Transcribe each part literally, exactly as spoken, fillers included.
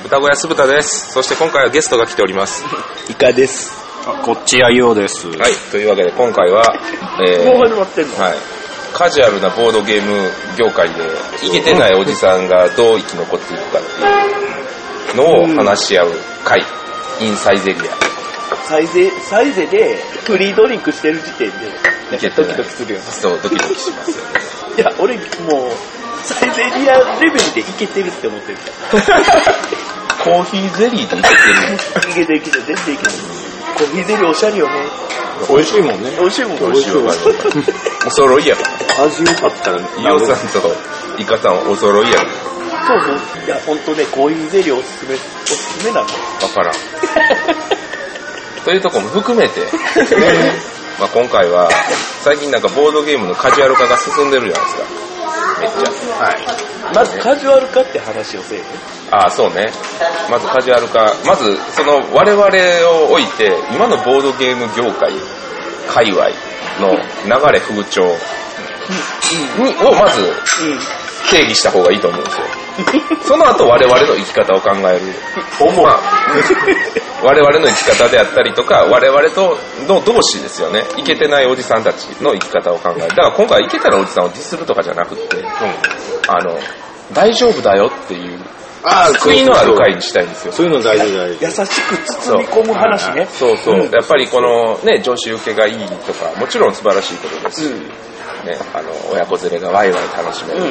歌小屋酢豚です。そして今回はゲストが来ておりますイカです。 こっちやようです。 はい、というわけで今回は、 えー、もう始まってんの、 はい、カジュアルなボードゲーム業界でイケてないおじさんがどう生き残っていくかっていうのを話し合う会、インサイゼリア。 サイゼ、サイゼでフリードリンクしてる時点でいけてない。 ドキドキするよね。 そう、ドキドキしますよね。 いや、俺もうサイゼリアレベルでいけてるって思ってるコーヒーゼリーでいけてるいけてるいけてる全然いけてる。コーヒーゼリーおしゃれよね。 美味しいもんね。 美味しいもん。 美味しいわ。お揃いやろ。 味良かったら、 イオさんとイカさんお揃いやろ。 そうそう。いや、ほんとね、コーヒーゼリーおすすめ、おすすめなの。わからん。というところも含めて、まあ今回は最近なんかボードゲームのカジュアル化が進んでるじゃないですか。めっちゃ。はい。 まずカジュアル化って話をせえね。 ああ、そうね。まずカジュアル化。まずその我々を置いて今のボードゲーム業界界隈の流れ風潮にをまず定義した方がいいと思うんですよ。その後我々の生き方を考える。まあ、我々の生き方であったりとか我々との同士ですよね。イケてないおじさんたちの生き方を考える。だから今回イケてないおじさんをディスるとかじゃなくって、うん、あの大丈夫だよっていう救いのある回にしたいんですよ。 そういうの大事大事。 優しく包み込む話ね。 そうそう、うん、やっぱりこのね女子受けがいいとかもちろん素晴らしいことですし、うんね、あの親子連れがワイワイ楽しめる、うん、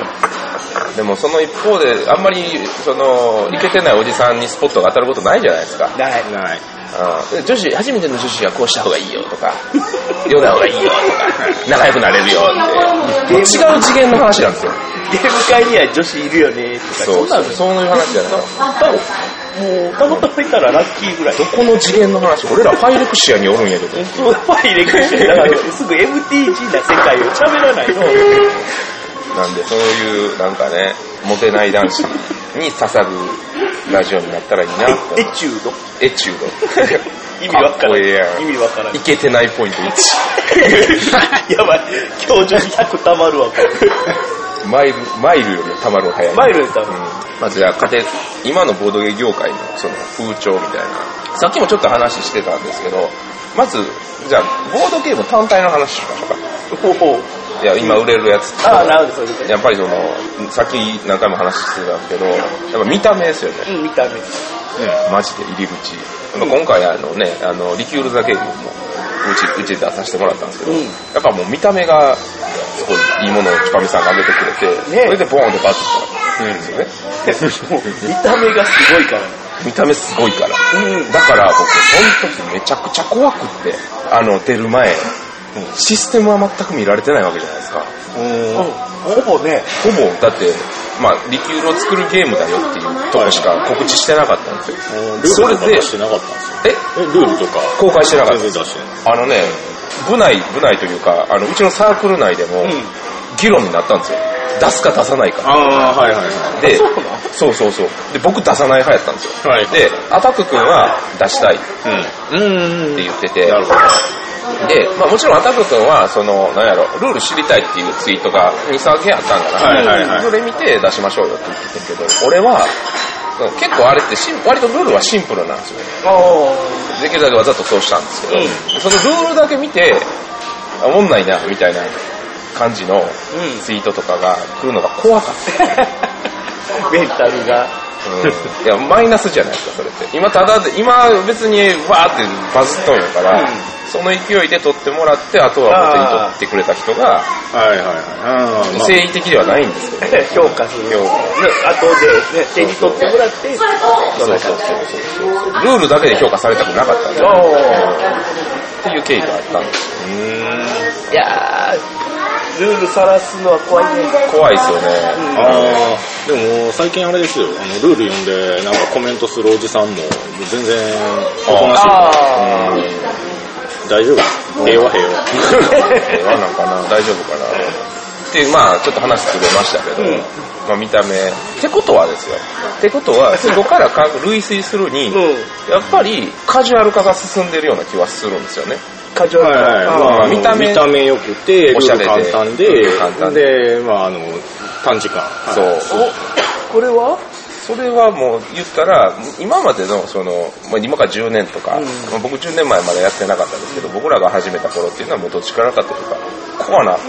でもその一方であんまりそのイケてないおじさんにスポットが当たることないじゃないですか。 ないない。 うん、女子初めての女子はこうした方がいいよとか読んだ方がいいよとか仲良くなれるよって違う次元の話なんですよ。 ゲーム会には女子いるよねとかそうそうそういう話じゃないもうたまたまいたらラッキーぐらい。 どこの次元の話。俺らファイレクシアにおるんやけどそうファイレクシアだからすぐ エムティージー な世界を喋らないのなんでそういうなんかねモテない男子に刺さるラジオになったらいいなと。 エチュードエチュード意味わからん。 意味わからん。 いけてないポイントいちやばい今日中にひゃくたまるわこれマイルマイルよりたまるの早い。 マイルよりたまる、うん、 まずじゃあ家庭今のボードゲーム業界のその風潮みたいなさっきもちょっと話してたんですけどまずじゃあボードゲーム単体の話しましょうか。 ほうほう。 いや今売れるやつってああなるほどそうですね。 やっぱりそのさっき何回も話してたんですけどやっぱ見た目ですよね。 うん見た目、うん、 マジで入り口、うん、今回あのねあのリキュール・ザ・ゲームもうちうちで出させてもらったんですけど、うん、やっぱもう見た目がすごいいいものをチュパミさんが上げてくれて、ね、それでボーンってバッとしたらいいんですよね。 見た目がすごいから見た目すごいから、うん、だから僕その時めちゃくちゃ怖くってあの出る前システムは全く見られてないわけじゃないですか。 うん、ほぼねほぼだってまあリキュールを作るゲームだよっていうとこしか告知してなかったんですよ。 ルールとか出してなかったんですよ。ええルールとか公開してなかったんです。あのね部内部内というかあのうちのサークル内でも議論になったんですよ。出すか出さないか。 ああはいはいはい。 でそうそうそうで僕出さない派やったんですよ。はい、でアタック君は出したいって言ってて、うん、なるほど。で、まあ、もちろんアタック君はそのなんやろルール知りたいっていうツイートが にさんけんあったんから、はいはいはい、それ見て出しましょうよって言ってたけど俺は結構あれってシン割とルールはシンプルなんですよね。できるだけわざとそうしたんですけど、うん、そのルールだけ見ておもんないなみたいな感じのツイートとかが来るのが怖かったメンタルがうん、いやマイナスじゃないですかそれって今ただで今別にわーってバズっとんやから、うん、その勢いで撮ってもらってあとは手に取ってくれた人がはいはいはい、 誠意的ではないんですけど、ね、評価する評価後で、ね、手に取ってもらってそうそうそうそうルールだけで評価されたくなかったんで、うん、っていう経緯があったんですよ。うーんいやールールさらすのは怖いね。 怖いですよね、 うん、あでも最近あれですよあのルール読んでなんかコメントするおじさんも全然おとなしいから大丈夫平和平和平和なんかな大丈夫かなっていうまあちょっと話ずれましたけど、うんまあ、見た目ってことはですよってことはそこから類推するに、うん、やっぱりカジュアル化が進んでるような気はするんですよね。 カジュアル化、 はいはいまあ、見た目見た目良くておしゃれで簡単で簡単で、でまああの短時間、 はい、そうおこれはそれはもう言ったら今までのその、まあ、今からじゅうねんとか、うんまあ、僕じゅうねんまえまでやってなかったんですけど、僕らが始めた頃っていうのはもうどっちからかというかコアな、うん、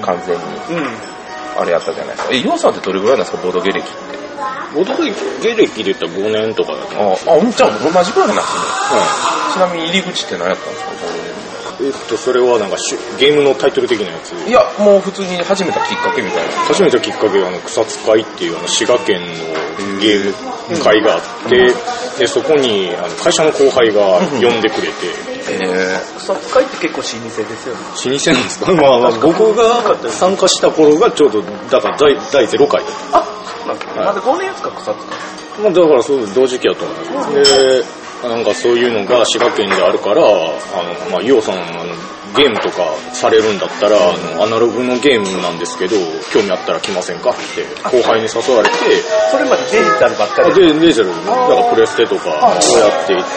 完全に、うん、あれやったじゃないですか。え、ヨウさんってどれぐらいなんですか、ボードゲ歴って。 ボードゲ歴で言ったらごねんとかだと思う。 ああ、じゃあ同じぐらいなんですね、うん、ちなみに入り口って何やったんですか、ボードゲーム。 えっと、それはなんかゲームのタイトル的なやつ。 いや、もう普通に始めたきっかけみたいな。 始めたきっかけはあの草津会っていうあの滋賀県のゲーム会があって、うん、でそこにあの会社の後輩が呼んでくれて、 うんえー、草津会って結構老舗ですよね。 老舗なんですか。まあ、まあ、僕が参加した頃がちょうどだから第だいゼロ回だった。 あ、そうなんですか。まだごねんですか、草津会。 まあ、だからそう同時期やと思います。でなんかそういうのが滋賀県であるから、あの、まあ、ユオさん、あの、ゲームとかされるんだったら、あの、アナログのゲームなんですけど、興味あったら来ませんかって後輩に誘われて、 それまでデジタルばっかりで、デジタル、だからプレステとかをやっていって、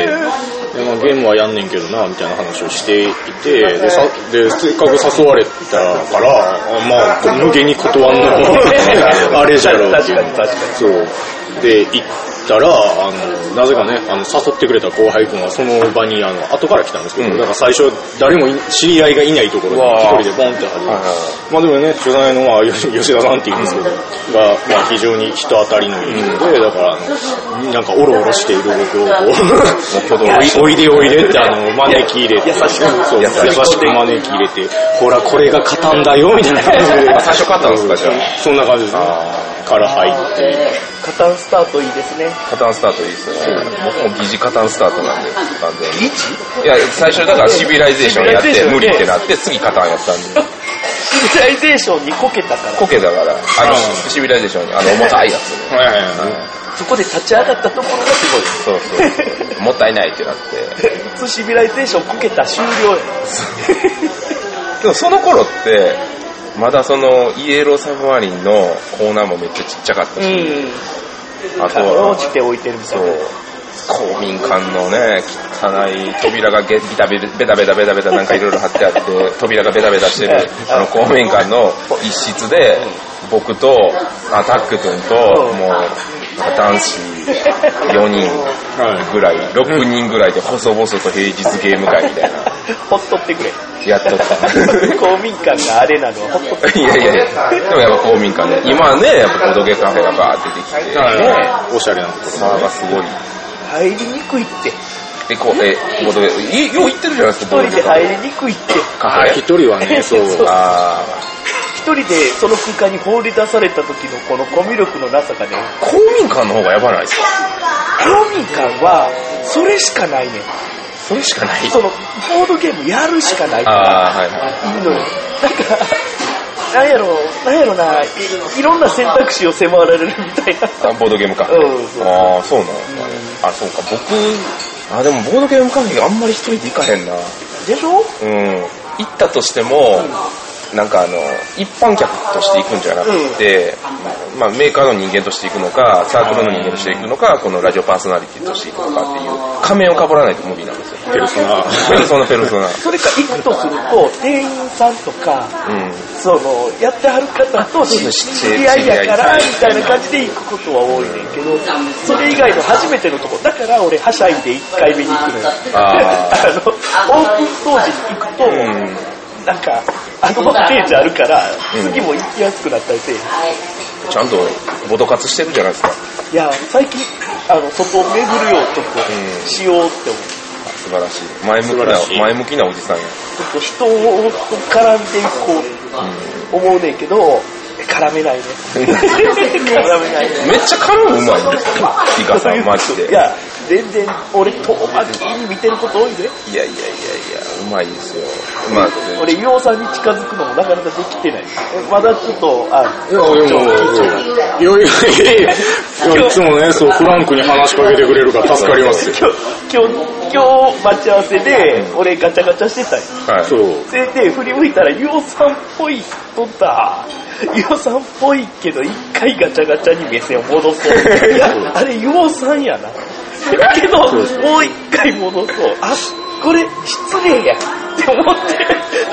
でまあ、ゲームはやんねんけどなみたいな話をしていて、でさでせっかく誘われたからまあ無限に断んのあれじゃろうっていうそうで行ったらあのなぜかねあの誘ってくれた後輩君はその場にあの後から来たんですけど、うん、だから最初誰も知り合いがいないところに一人でボンって始めて、まあでもね主催のまあ吉田さんって言うんですけど、うん、がまあ非常に人当たりのいいので、だからあのなんかオロオロしている僕をこうおいでおいでってあの招き入れて優しくそう優しく招き入れてほらこれがカタンだよみたいな感じで最初カタンですかじゃあそんな感じですねから入ってカタンスタートいいですね。 カタンスタートいいですね。僕も疑似カタンスタートなんで完全に疑似いや最初だからシビライゼーションやって無理ってなって次カタンやったんでシビライゼーションにこけたからこけたからあのシビライゼーションにあの重たいやつね、はいはいはい、 そこで立ち上がったところがすごいそうそうもったいないってなって普通シビライゼーションこけた終了やでもその頃ってまだそのイエローサブマリンのコーナーもめっちゃちっちゃかったし、 うん、あとは落ちて置いてるみたいな公民館のね汚い扉がゲビタベタベタベタベタなんかいろいろ貼ってあって扉がベタベタしてるあの公民館の一室で僕とアタック君ともう男子よにんぐらいろくにんぐらいで細々と平日ゲーム会みたいなほっとってくれやっとった公民館があれなのはほっとってくれいやいやいやでもやっぱ公民館ね今はねやっぱボドゲカフェがバーってできて、ね、 おしゃれなところさがすごい入りにくいってえこうえボドゲよう行ってるじゃないですか一人で入りにくいって一人はねそうあ一人でその空間に放り出された時のこのコミュ力のなさがね公民館の方がやばないですか公民館はそれしかないねんそれしかないそのボードゲームやるしかないからあ、はいはい、 いいのよなんかなんやろなんやろない、いろんな選択肢を迫られるみたいなボードゲームカフェ、うん、そうああそうなんですかね、うん、あそうか僕あでもボードゲームカフェあんまり一人で行かへんなでしょうん行ったとしても、うん、なんかあの一般客として行くんじゃなくて、うんまあ、メーカーの人間として行くのかサークルの人間として行くのかこのラジオパーソナリティとして行くのかっていう仮面をかぶらないと無理なんですよペルソナペルソナペルソナそれか行くとすると店員さんとか、うん、そのやってはる方と知り合いやからみたいな感じで行くことは多いねんけどそれ以外の初めてのとこだから俺はしゃいでいっかいめに行くのよああのオープン当時に行くと、うんなんかアドバンテージあるから次も行きやすくなったりして、うん、 ちゃんとボド活してるじゃないですかいや最近あの外を巡るようちょっとしようって思う、うん、 素晴らしい前向きな前向きなおじさんやちょっと人と絡んでいこうと思うねんけど絡めないね絡めないねめっちゃ絡むうまいんですよリカさんマジでいや全然俺遠巻きに見てること多いでいやいやいやいやうまいですよまあ俺岩尾さんに近づくのもなかなかできてないまだちょっとあいやいやいやいやいやいつもねそうフランクに話しかけてくれるから助かりますよ今日今日待ち合わせで俺ガチャガチャしてたんよ、はい、そうそれで振り向いたら岩尾さんっぽい人だ岩尾さんっぽいけど一回ガチャガチャに目線を戻そういやあれ岩尾さんやなだけどもう一回戻そうあこれ失礼やって思って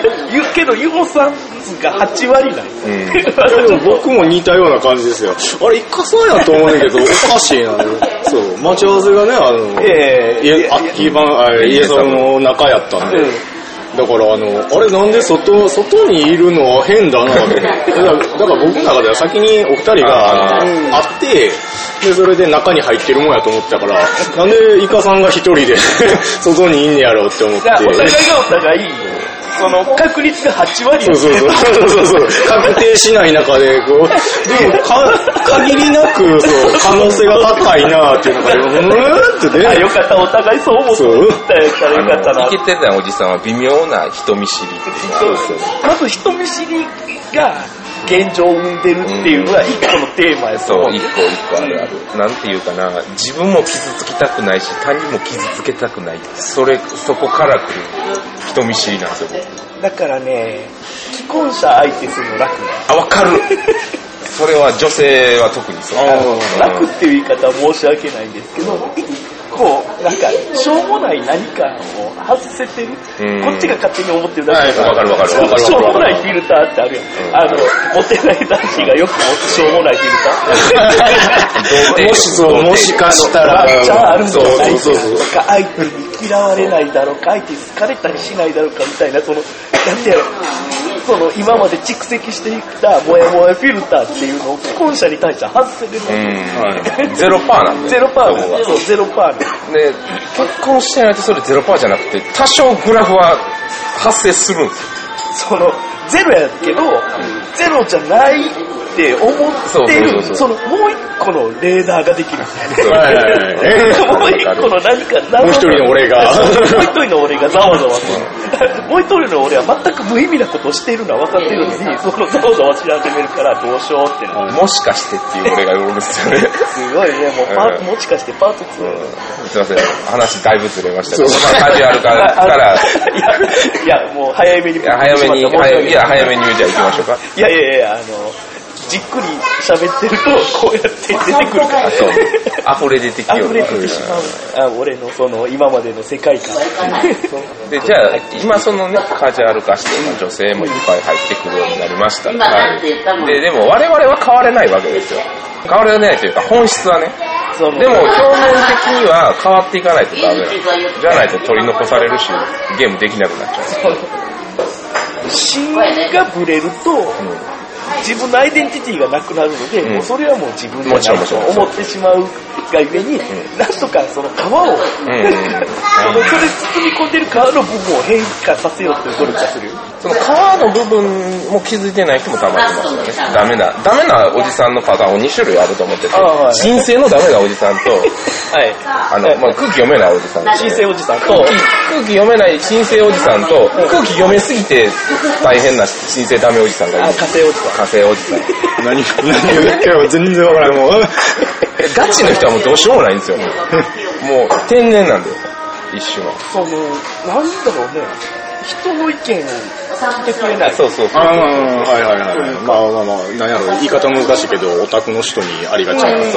言うけど、ユゴさんがはちわりなん、 うん、僕も似たような感じですよ。あれ、イカさんやと思うんだけど、おかしいな。そう、待ち合わせがね、あの、えー、家、あ、家番、あ、家さんの中やったんで。うん、だからあの、あれなんで外、外にいるのは変だなと思って。だから僕の中では先にお二人が、あの、会って、で、それで中に入ってるもんやと思ってたから、なんでイカさんが一人で外にいんねやろうって思って。 お互いがお互い、その確率がはちわり。 そうそうそうそうそう。確定しない中で、こう、でもか、限りなく、そう、可能性が高いなっていうのが、うーんってね。 あ、よかった、お互いそう思ってたやったらよかったな。 イケてたおじさんは微妙な人見知りっていうのがあるんですよね。 まず人見知りが、現状を生んでるっていうのが一個のテーマやと思う。 そう、一個一個あるある。なんていうかな、自分も傷つきたくないし、他人も傷つけたくない。それ、そこから来る人見知りなんですよ、 だからね、既婚者相手するの楽ね。 あ、わかる。それは女性は特にそう。 楽っていう言い方は申し訳ないんですけど、こう、なんか、しょうもない何かを外せてる。こっちが勝手に思ってるだけで。 わかるわかる。 しょうもないフィルターってあるやん。あの、モテない男子がよく持つしょうもないフィルター。 もしそう、もしかしたら。 じゃああるんじゃないですか。相手に嫌われないだろうか、相手に好かれたりしないだろうかみたいな、その、なんてやろ。その今まで蓄積していったモヤモヤフィルターっていうのを既婚者に対して外せてる。 ゼロパーなんで。 ゼロパーなんで。そう、ゼロパーなんで。で、結婚してないとそれゼロパーじゃなくて、多少グラフは発生するんですよ。 その、ゼロやけど、ゼロじゃないって思ってる、その、もう一個のレーダーができるんですよね。もう一個の何か、 もう一人の俺が。 もう一人の俺がざわざわする。もう一人の俺は全く無意味なことをしているのは分かってるのに、そのざわざわし始めるからどうしようってなる。 もしかしてっていう俺がおるんですよね。 すごいね、もうパート、もしかしてパートツー。 すいません、話だいぶずれましたけど、まあカジュアルから。 いや、いや、もう早めに。 いや、早めに、いや、早めにじゃあ行きましょうか。 いやいやいや、あの、じっくり喋ってると、こうやって出てくるから。 そう。溢れ出てきよう。 溢れ出てしまう。あ、俺のその、今までの世界観。 で、じゃあ、今そのね、カジュアル化して、女性もいっぱい入ってくるようになりました。はい。で、でも我々は変われないわけですよ。変われないというか、本質はね。でも、表面的には変わっていかないとダメなの。じゃないと取り残されるし、ゲームできなくなっちゃう。 芯がブレると、うん、自分のアイデンティティがなくなるので、うん、もうそれはもう自分じゃないと思ってしまうがゆえに、うん、なんとかその皮を、うん、そのそれ包み込んでる皮の部分を変化させようという努力がする。 その皮の部分も気づいてない人もたまにいますよね。ダメな、ダメなおじさんのパターンをに種類あると思ってて、はい、神聖のダメなおじさんと、はい、あの、まあ、空気読めないおじさん、ね。 神聖おじさんと、 空気、空気読めない神聖おじさんと、空気読めすぎて大変な神聖ダメおじさんがいる。 あ、火星おじさん。 火星おじさん。 何、何を言っても全然わからない。もう。 ガチの人はもうどうしようもないんですよ。もう天然なんだよ。一種の。 その、なんだろうね。人の意見を聞いてくれない。 そうそうそう。ああ、はいはいはい。まあまあまあ、なんやろ、言い方難しいけど、オタクの人にありがちな。 そう。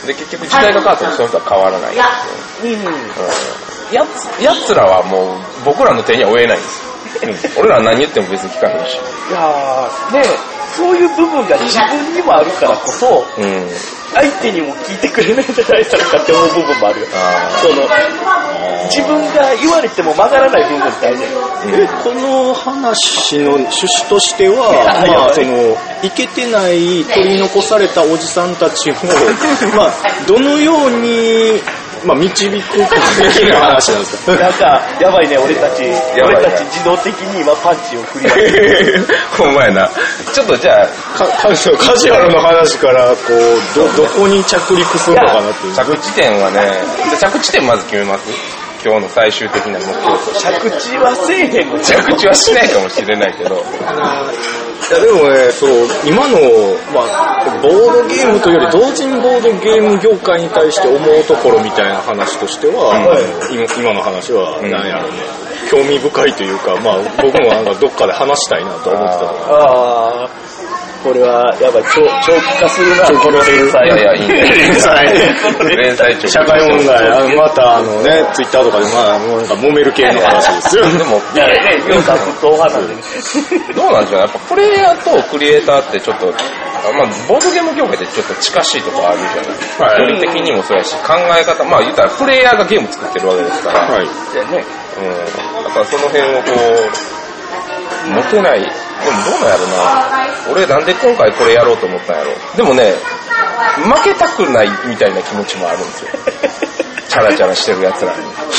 で、結局時代が変わってもその人は変わらない。うん。やつ、やつらはもう僕らの手には負えないんですよ。俺らは何言っても別に聞かないし。 いやー、ね、そういう部分が自分にもあるからこそ、うん、相手にも聞いてくれないんじゃないだろうかって思う部分もあるよ。その自分が言われても曲がらない部分ってあるじゃん。 うん、この話の趣旨としては、まあそのイケてない取り残されたおじさんたちをまあどのようにまあ導く的な話なんですか。 なんかやばいね、俺たち俺たち自動的に今パンチを振り上げる。 ほんまやな。ちょっとじゃあカジュアルの話からこう ど, どこに着陸するのかなっていう。 着地点はね、着地点まず決めます。今日の最終的な目標として。 着地はせえへんの。 着地はしないかもしれないけど。 いやでもね、そう今のまあボードゲームというより同人ボードゲーム業界に対して思うところみたいな話としては、うん、今, 今の話は何やろうね、うん、興味深いというか、まあ僕もなんかどっかで話したいなと思ってたから。あこれはやばい、長期化するな、この連載。 いやいや、いいね。 連載。 連載中。 社会問題、またあのね、ツイッターとかでまあ、なんか揉める系の話ですよ。 でも、 いやね、ヨウさんと同派なんでね。 どうなんでしょうね。やっぱプレイヤーとクリエイターってちょっと、まあ、ボードゲーム業界ってちょっと近しいとこあるじゃない。距離的にもそうやし、考え方、まあ言ったらプレイヤーがゲーム作ってるわけですから。 はい。 ね。うん。だからその辺をこう、持てない。でもどうなんやろな。俺なんで今回これやろうと思ったんやろ。でもね、負けたくないみたいな気持ちもあるんですよ。チャラチャラしてる奴らに。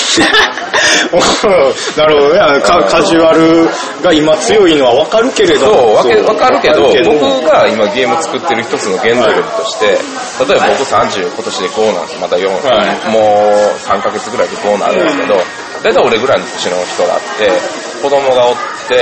なるほどね。カ, カジュアルが今強いのは分かるけれど。 そう、わけわかるけど、僕が今ゲーム作ってる一つの原動力として、例えば僕さんじゅう、今年でごなんです。またよん、はい、もうさんかげつぐらいでごなんですけど、だいたい俺ぐらいの年の人があって、子供がおって、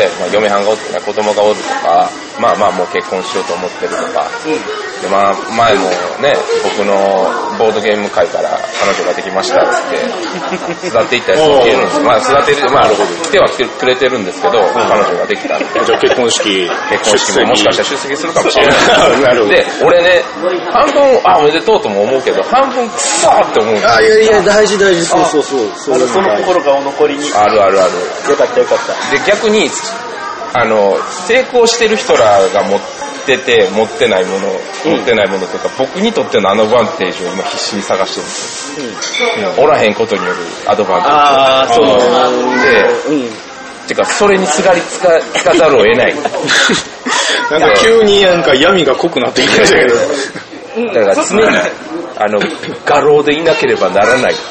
まあ、嫁はんがおってね、子供がおるとか、まあまあもう結婚しようと思ってるとか、うん、でまあ前もね、僕のボードゲーム界から彼女ができましたっつって育っていったやつがいるんです。まあ育てる、まあ来ては来てくれてるんですけど、彼女ができたんで。 じゃあ結婚式、 結婚式ももしかしたら出席するかもしれない。 なるほど。 で、俺ね、半分、あ、おめでとうとも思うけど、半分くそーって思うんですよ。 あ、いやいや、大事大事、そうそうそう。 そのその心がお残りに。 あるあるある。 よかったよかった。 で、逆に、あの、成功してる人らが持ってて、持ってないもの、持ってないものとか、僕にとってのアドバンテージを今必死に探してるんですよ。うん。おらへんことによるアドバンテージ。 ああ、そうで、 うん。てか、それにすがりつか、つかざるを得ない。 なんか急になんか闇が濃くなってきましたけど。 だから常に、あの、画廊でいなければならないっていう、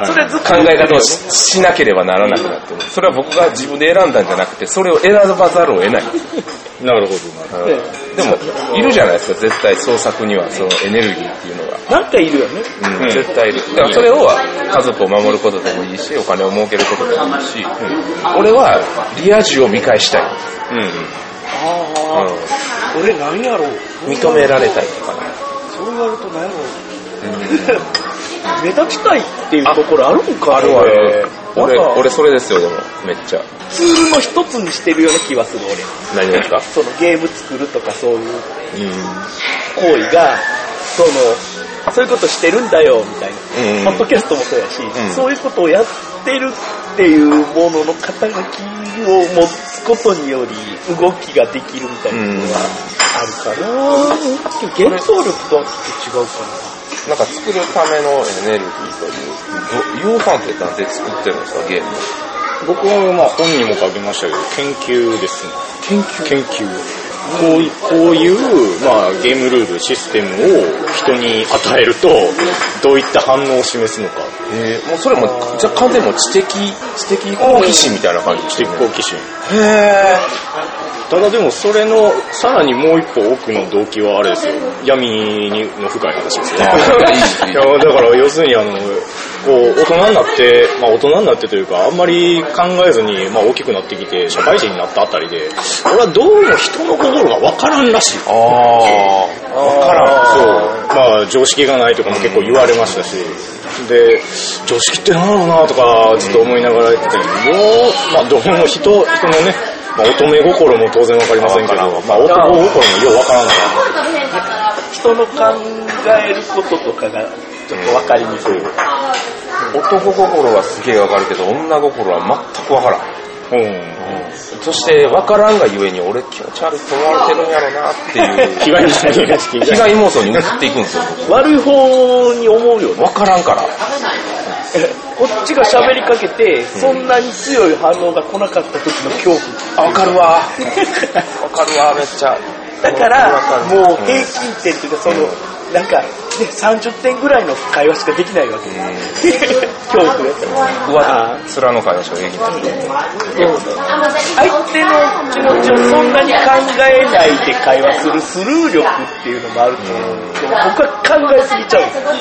それ考え方を し, しなければならなくなってる。それは僕が自分で選んだんじゃなくて、それを選ばざるを得ない。 なるほど、 うん。でも、いるじゃないですか、絶対創作にはそのエネルギーっていうのが。 なんかいるよね。 うん、絶対いる。だからそれを家族を守ることでもいいし、お金を儲けることでもいいし、うん、俺はリア充を見返したい。うん。 ああ、うん、俺何やろう。 認められたいとかね。 そう言われると何やろう。うん、目立ちたいっていうところあるんか。 あるある。俺、俺それですよ、でも、めっちゃ。 ツールの一つにしてるような気はする、 俺。何ですか？ そのゲーム作るとかそういう行為が、その、そういうことしてるんだよ、みたいな。うん、ポッドキャストもそうやし、うん、そういうことをやってるっていうものの肩書きを持つことにより、動きができるみたいなのがあるかな。原動力とはちょっと違うかな。 なんか作るためのエネルギーという、ユーファンってなんで作ってるんですか、ゲーム？ 僕はまあ本にも書きましたけど、研究ですね。 研究研究。こういう、こういう、まあ、ゲームルール、システムを人に与えると、どういった反応を示すのか。 へえ、もうそれも、じゃあ完全にもう知的、知的好奇心みたいな感じですね。知的好奇心。 へー。 ただでもそれの、さらにもう一歩奥の動機はあれですよ。闇の深い話ですよね。いや、だから要するにあの、こう、大人になって、まあ大人になってというか、あんまり考えずに、まあ大きくなってきて、社会人になったあたりで、俺はどうも人の心がわからんらしい。 ああ、わからん。 そう。まあ常識がないとかも結構言われましたし、で、常識って何だろうなとか、ずっと思いながら言ってたけど、まあどうも人、人のね、まあ、乙女心も当然わかりませんけど、まあ男心もようわからんから人の考えることとかがちょっとわかりにくい。 男心はすげえわかるけど、女心は全くわからん。うんうん、そして分からんがゆえに俺気持ち悪いと思われてるんやろなっていう被害被害妄想に移っていくんですよ。 悪い方に思うよね。 分からんからこっちが喋りかけて、うん、そんなに強い反応が来なかった時の恐怖。 分かるわ分かるわめっちゃ。 だからもう平均点っていうかその、うん、なんか、ね、さんじゅってんぐらいの会話しかできないわけ、うん、恐怖やったらうわ面の会話しかできない、うん、 相手の気持ちをそんなに考えないで会話するスルー力っていうのもあると思う、うん、僕は考えすぎちゃうんです。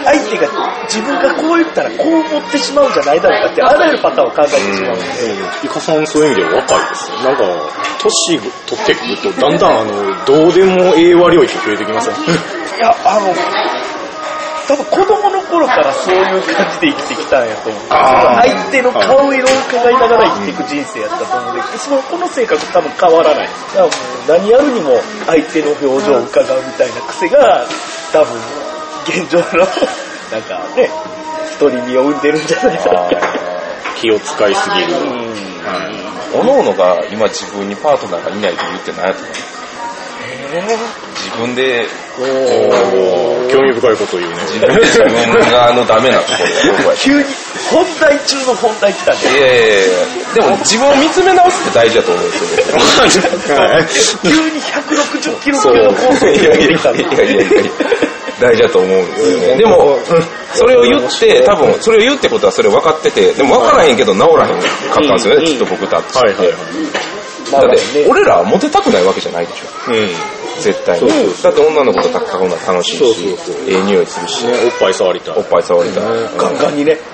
相手が自分がこう言ったらこう思ってしまうんじゃないだろうかってあらゆるパターンを考えてしまうので、 イカさんそういう意味では若いです。なんか年取ってくるとだんだんあのどうでもええわ領域増えてきません？ いや、あの多分子供の頃からそういう感じで生きてきたんやと思う。相手の顔色を伺いながら生きていく人生やったと思うんで、そのこの性格多分変わらない。だからもう何やるにも相手の表情を伺うみたいな癖が多分現状のなんかね、独り身を生んでるんじゃないかな。 気を使いすぎる。 おのおのが今自分にパートナーがいないと言って何やと思う？自分で興味深いこと言うね。 自分で自分があのダメなところがどこや急に本題中の本題来たね。 いやいやいやでも自分を見つめ直すって大事だと思うんですよね。 急にひゃくろくじゅっキロ級のコースを開いてきたね。 いやいやいや大事だと思うんですよね。でもそれを言って多分それを言うってことはそれ分かってて、でも分からへんけど治らへんかったんですよね、きっと僕と会って。はいはいはい。だって俺らはモテたくないわけじゃないでしょ。うん。絶対に。だって女の子と戦うのは楽しいし、ええ匂いするし、 ね、おっぱい触りたい。 おっぱい触りたい。 ガンガンにね。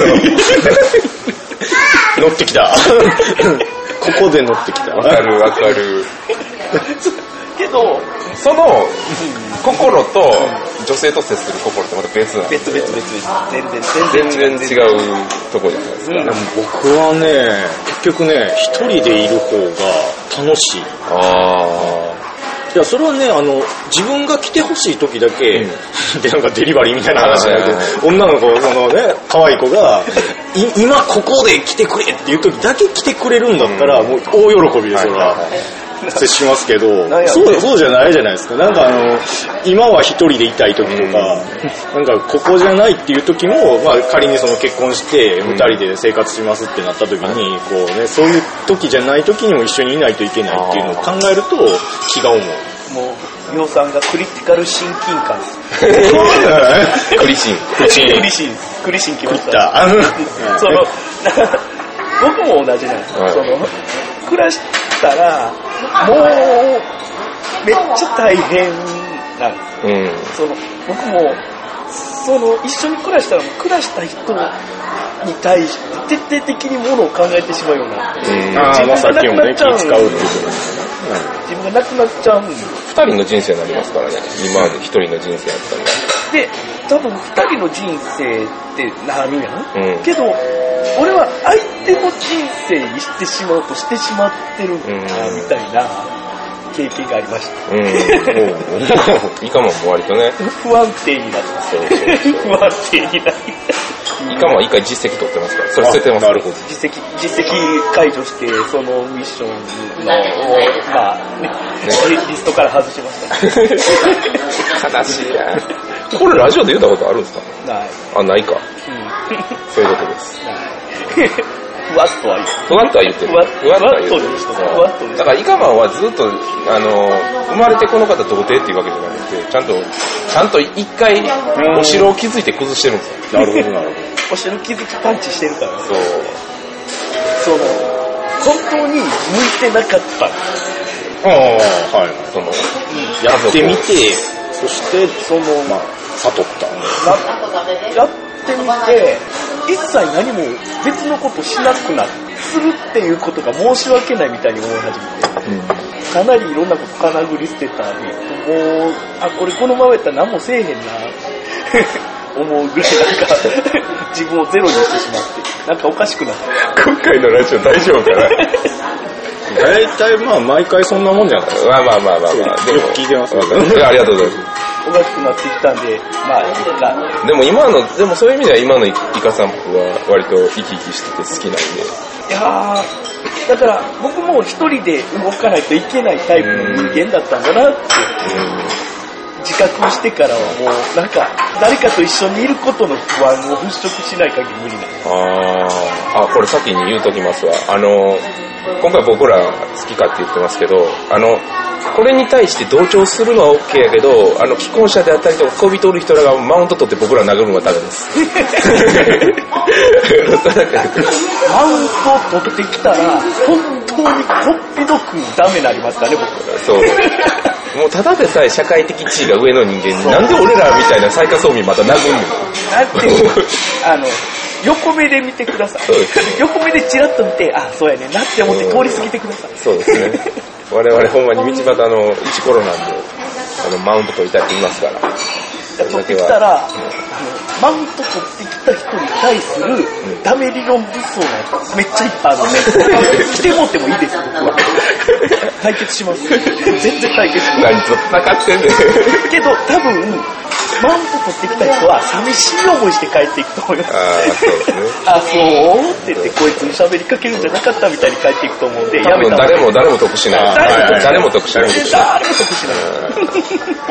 乗ってきた。ここで乗ってきた。 わかるわかる。 けどその心と女性と接する心ってまた別なんですよ。 別々別々全然全然違うとこじゃないですか。 でも僕はね、結局ね、一人でいる方が楽しい。ああ。いや、それはね、あの、自分が来てほしい時だけ、うん、で、なんかデリバリーみたいな話じゃなくて、女の子、そのね、可愛い子が、今ここで来てくれっていう時だけ来てくれるんだったら、うん、もう大喜びでそれは。接しますけど、そう、そうじゃないじゃないですか。なんかあの、今は一人でいたい時とか、なんかここじゃないっていう時も、まあ仮にその結婚して二人で生活しますってなった時に、こうね、そういう時じゃない時にも一緒にいないといけないっていうのを考えると気が重い。 もう、りょうさんがクリティカル親近感。 クリシン。 クリシン。クリシン。クリシン来ました。その、僕も同じなんです。その、暮らしたら、もう、めっちゃ大変なんです。うん、その僕も、その、一緒に暮らしたら、暮らした人に対して徹底的にものを考えてしまうようになって、うん、自分がなくなっちゃうんですよ。自分がなくなっちゃうんです。 二人の人生になりますからね。今まで一人の人生やったら。 で、多分二人の人生ってなるやん。うん、けど、俺は相手の人生にしてしまうとしてしまってるんだな、みたいな経験がありました。うん。 イカマも割とね。 不安定になった。そうそうそう不安定になった。 イカマは一回実績取ってますから、それ捨ててます。なるほど。 実績、実績解除して、そのミッションの、まあ、ね、ねリストから外しました、ね。 悲しいな。これラジオで言ったことあるんですか？ ない。 あ、ないか。うん、そういうことです。 ない。ふわっとは言ってる。 ふわっとは言ってる。 ふわっとは言ってる。ふわっとだからイカマンはずっと、あの、生まれてこの方童貞っていうわけじゃなくて、ちゃんと、ちゃんと一回お城を築いて崩してるんですよ。 なるほどなるほど。 お城築きパンチしてるから。 そう。 その、本当に向いてなかった。 ああ、はい。その、やってみて、そして、その、まあ、悟った。 やってみて、一切何も別のことしなくなる。するっていうことが申し訳ないみたいに思い始めて、うん、かなりいろんなことかなぐり捨てたり、もう、あ、これこのままやったら何もせえへんな、思うぐらいなんか、自分をゼロにしてしまって、なんかおかしくなった。 今回のラジオ大丈夫かな大体まあ毎回そんなもんじゃないですか。 まあまあまあまあまあ。 よく聞いてますね。 ありがとうございます。 おかしくなってきたんで、まあいいか。 でも今の、でもそういう意味では今のイカ散歩は割と生き生きしてて好きなんで。 いやー、だから僕も一人で動かないといけないタイプの人間だったんだなって。自覚してからはもうなんか誰かと一緒にいることの不安を払拭しない限り無理なんです。 ああ、これ先に言うときますわ。あの今回僕ら好きかって言ってますけど、あのこれに対して同調するのは OK やけど、あの既婚者であったりとか恋人おる人らがマウント取って僕ら殴るのがダメです。 マウント取ってきたら本当にこっぴどくダメになりますからね、僕。 そう。もうただでさえ社会的地位が上の人間になんで俺らみたいな最下層民また殴んの？ なんてあの横目で見てください。横目でチラッと見て、あ、そうやねんなって思って通り過ぎてください。 そうですね。我々ほんまに道端のイチコロなんで、あのマウント取りたいって言いますから。 取ってきたら、あのマウント取ってきた人に対するダメ理論武装がめっちゃいっぱいあるので、来てもってもいいです、僕は。対決します。全然対決します。 何と戦ってんねん。 けど、多分、マウント取ってきた人は寂しい思いして帰っていくと思います。 ああ、そうですね。 あ、そうって言って、こいつに喋りかけるんじゃなかったみたいに帰っていくと思うんで、やめた誰も、誰も得しない。誰も得しない。 誰も得しない。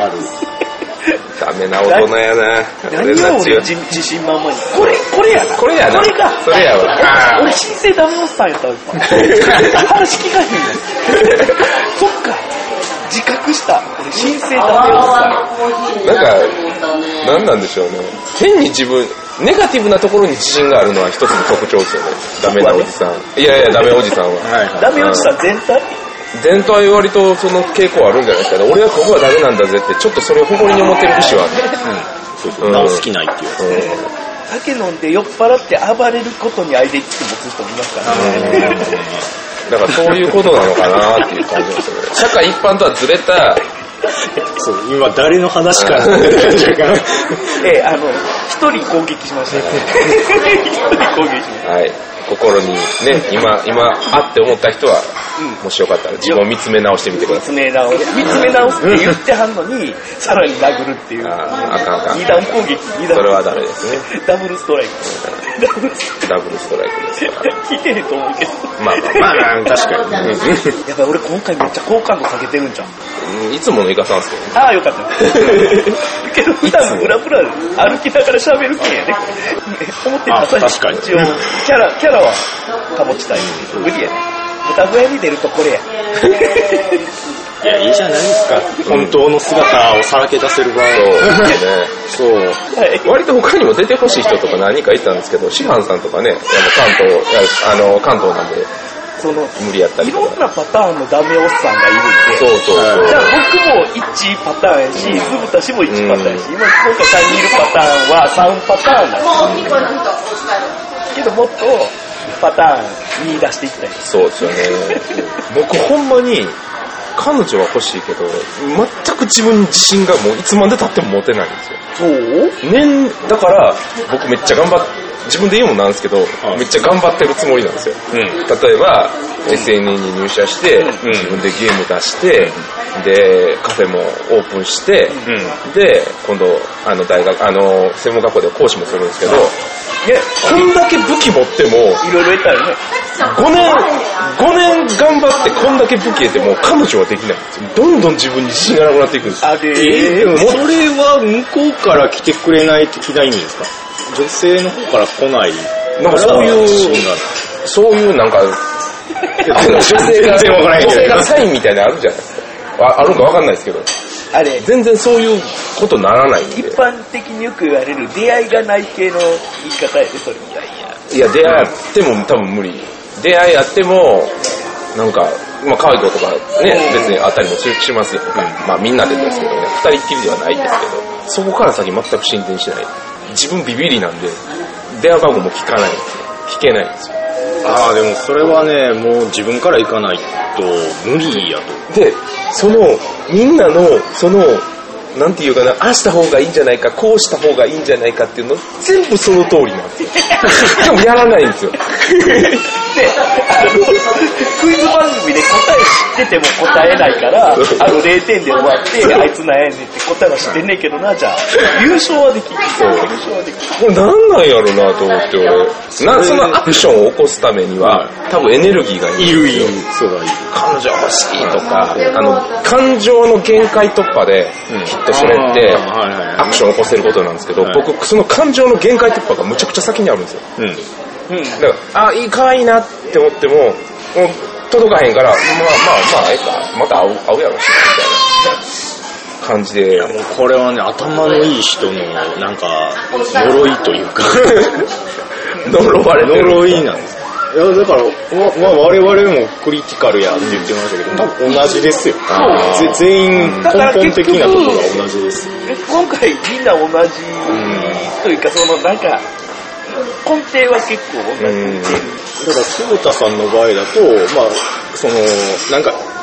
ある。 ダメな大人やな。 何を俺自信満々に。これ、これやな。 これやな。 これが。 それやわ。 俺、新生ダメおっさんやったわ、今。話聞かへんねん。そっか。自覚した。俺、新生ダメおっさん。なんか、なんなんでしょうね。変に自分、ネガティブなところに自信があるのは一つの特徴ですよね。ダメなおじさん。いやいや、ダメおじさんは。 ダメおじさん全体全体割とその傾向あるんじゃないですかね。俺はここはダメなんだぜって、ちょっとそれを誇りに思ってる節はある。 そうそう。なお好きないっていうやつね。 酒飲んで酔っ払って暴れることにアイデンティティ持つ人もいますからね。 だからそういうことなのかなっていう感じですよね。社会一般とはずれた、 そう、今誰の話かなって感じかな。 え、あの、一人攻撃しましたね。一人攻撃しました。 はい。心にね、今、今、あって思った人は、うん、もしよかったら自分を見つめ直してみてください。 見つめ直す。見つめ直すって言ってはんのに、さらに殴るっていう。 ああ、あかんあかん。 二段攻撃、二段。 それはダメですね。 ダブルストライク。 ダブルストライクですから。 聞いてへんと思うけど。 まあまあまあ、確かに。 やっぱり俺今回めっちゃ好感度下げてるんじゃん。 いつものイカさんっすけどね。 ああ、よかった。けど普段ブラブラ歩きながら喋るけんやね。思ってた確かに。 一応、キャラ、キャラは保ちたい。無理やね。歌声に出るとこれや。 いや、いいじゃないですか。本当の姿をさらけ出せる場合。 そうですね。そう。はい、割と他にも出てほしい人とか何人かいたんですけど、師範さんとかね、あの関東、あの関東なんで。その無理やったりとか。 いろんなパターンのダメおっさんがいるんで。 そうそうそう。 じゃあ僕もいちパターンやし、酢豚氏もいちパターンやし、今今回さんにんいるパターンはさんパターンなんですけど、もっとパターン見出していきたい。 そうですよね。僕ほんまに、彼女は欲しいけど、全く自分に自信がもういつまで経っても持てないんですよ。そう年、だから僕めっちゃ頑張って、自分で言うもんなんですけど、めっちゃ頑張ってるつもりなんですよ。うん、例えば、エスエヌエヌ に入社して、うん、自分でゲーム出して、うん、で、カフェもオープンして、うん、で、今度、あの、大学、あの、専門学校で講師もするんですけど、ね、こんだけ武器持っても、 いろいろ得たよね。 ごねん、ごねん頑張ってこんだけ武器得ても彼女はできないんですよ。どんどん自分に自信がなくなっていくんですよ。 あれ、 えー、それは向こうから来てくれない的な意味ですか？女性の方から来ない。 なんかそういう、そういうなんか、女性が、女性がサインみたいなのあるじゃないですか。あ, あるかわかんないですけど。 あれ、 全然そういうことにならないんで。 一般的によく言われる出会いがない系の言い方やで、それみたいな。 いや、出会いあっても多分無理。出会いあっても、なんか、まあ可愛い子とかね、別にあったりもしますよ。まあみんなでですけどね、二人っきりではないですけど、そこから先全く進展しない。自分ビビりなんで、電話番号も聞かないんですよ。聞けないんですよ。 ああ、でもそれはね、もう自分から行かないと無理やと。 で、その、みんなの、その、なんていうかな、ああした方がいいんじゃないか、こうした方がいいんじゃないかっていうの全部その通りなんですよ。でもやらないんですよ。で、 あの、クイズ番組で答え知ってても答えないから、あのれいてんで終わって、あいつなんやねんって答えは知ってんねんけどな、じゃあ、優勝はできる。優勝はできる。 これなんなんやろなと思って俺。な、そのアクションを起こすためには、多分エネルギーがいる。 いるいる。そうだ、いる。 彼女欲しいとか、あの、感情の限界突破で、きっとそれって、アクションを起こせることなんですけど、僕、その感情の限界突破がむちゃくちゃ先にあるんですよ。うん。うん、だから、あ、いい、可愛いなって思っても、もう届かへんから、まあまあまあ、ええか、また会う、会うやろし、みたいな感じで。いや、 もうこれはね、頭のいい人の、なんか、呪いというか、 呪われてる。 呪いなんです。いや、だから、まあ、我々もクリティカルやって言ってましたけど、多分同じですよ。全員、根本的なところが同じです。 今回みんな同じというか、その、なんか、根底は結構同じ。 だから、久保田さんの場合だと、まあ、その、なんか、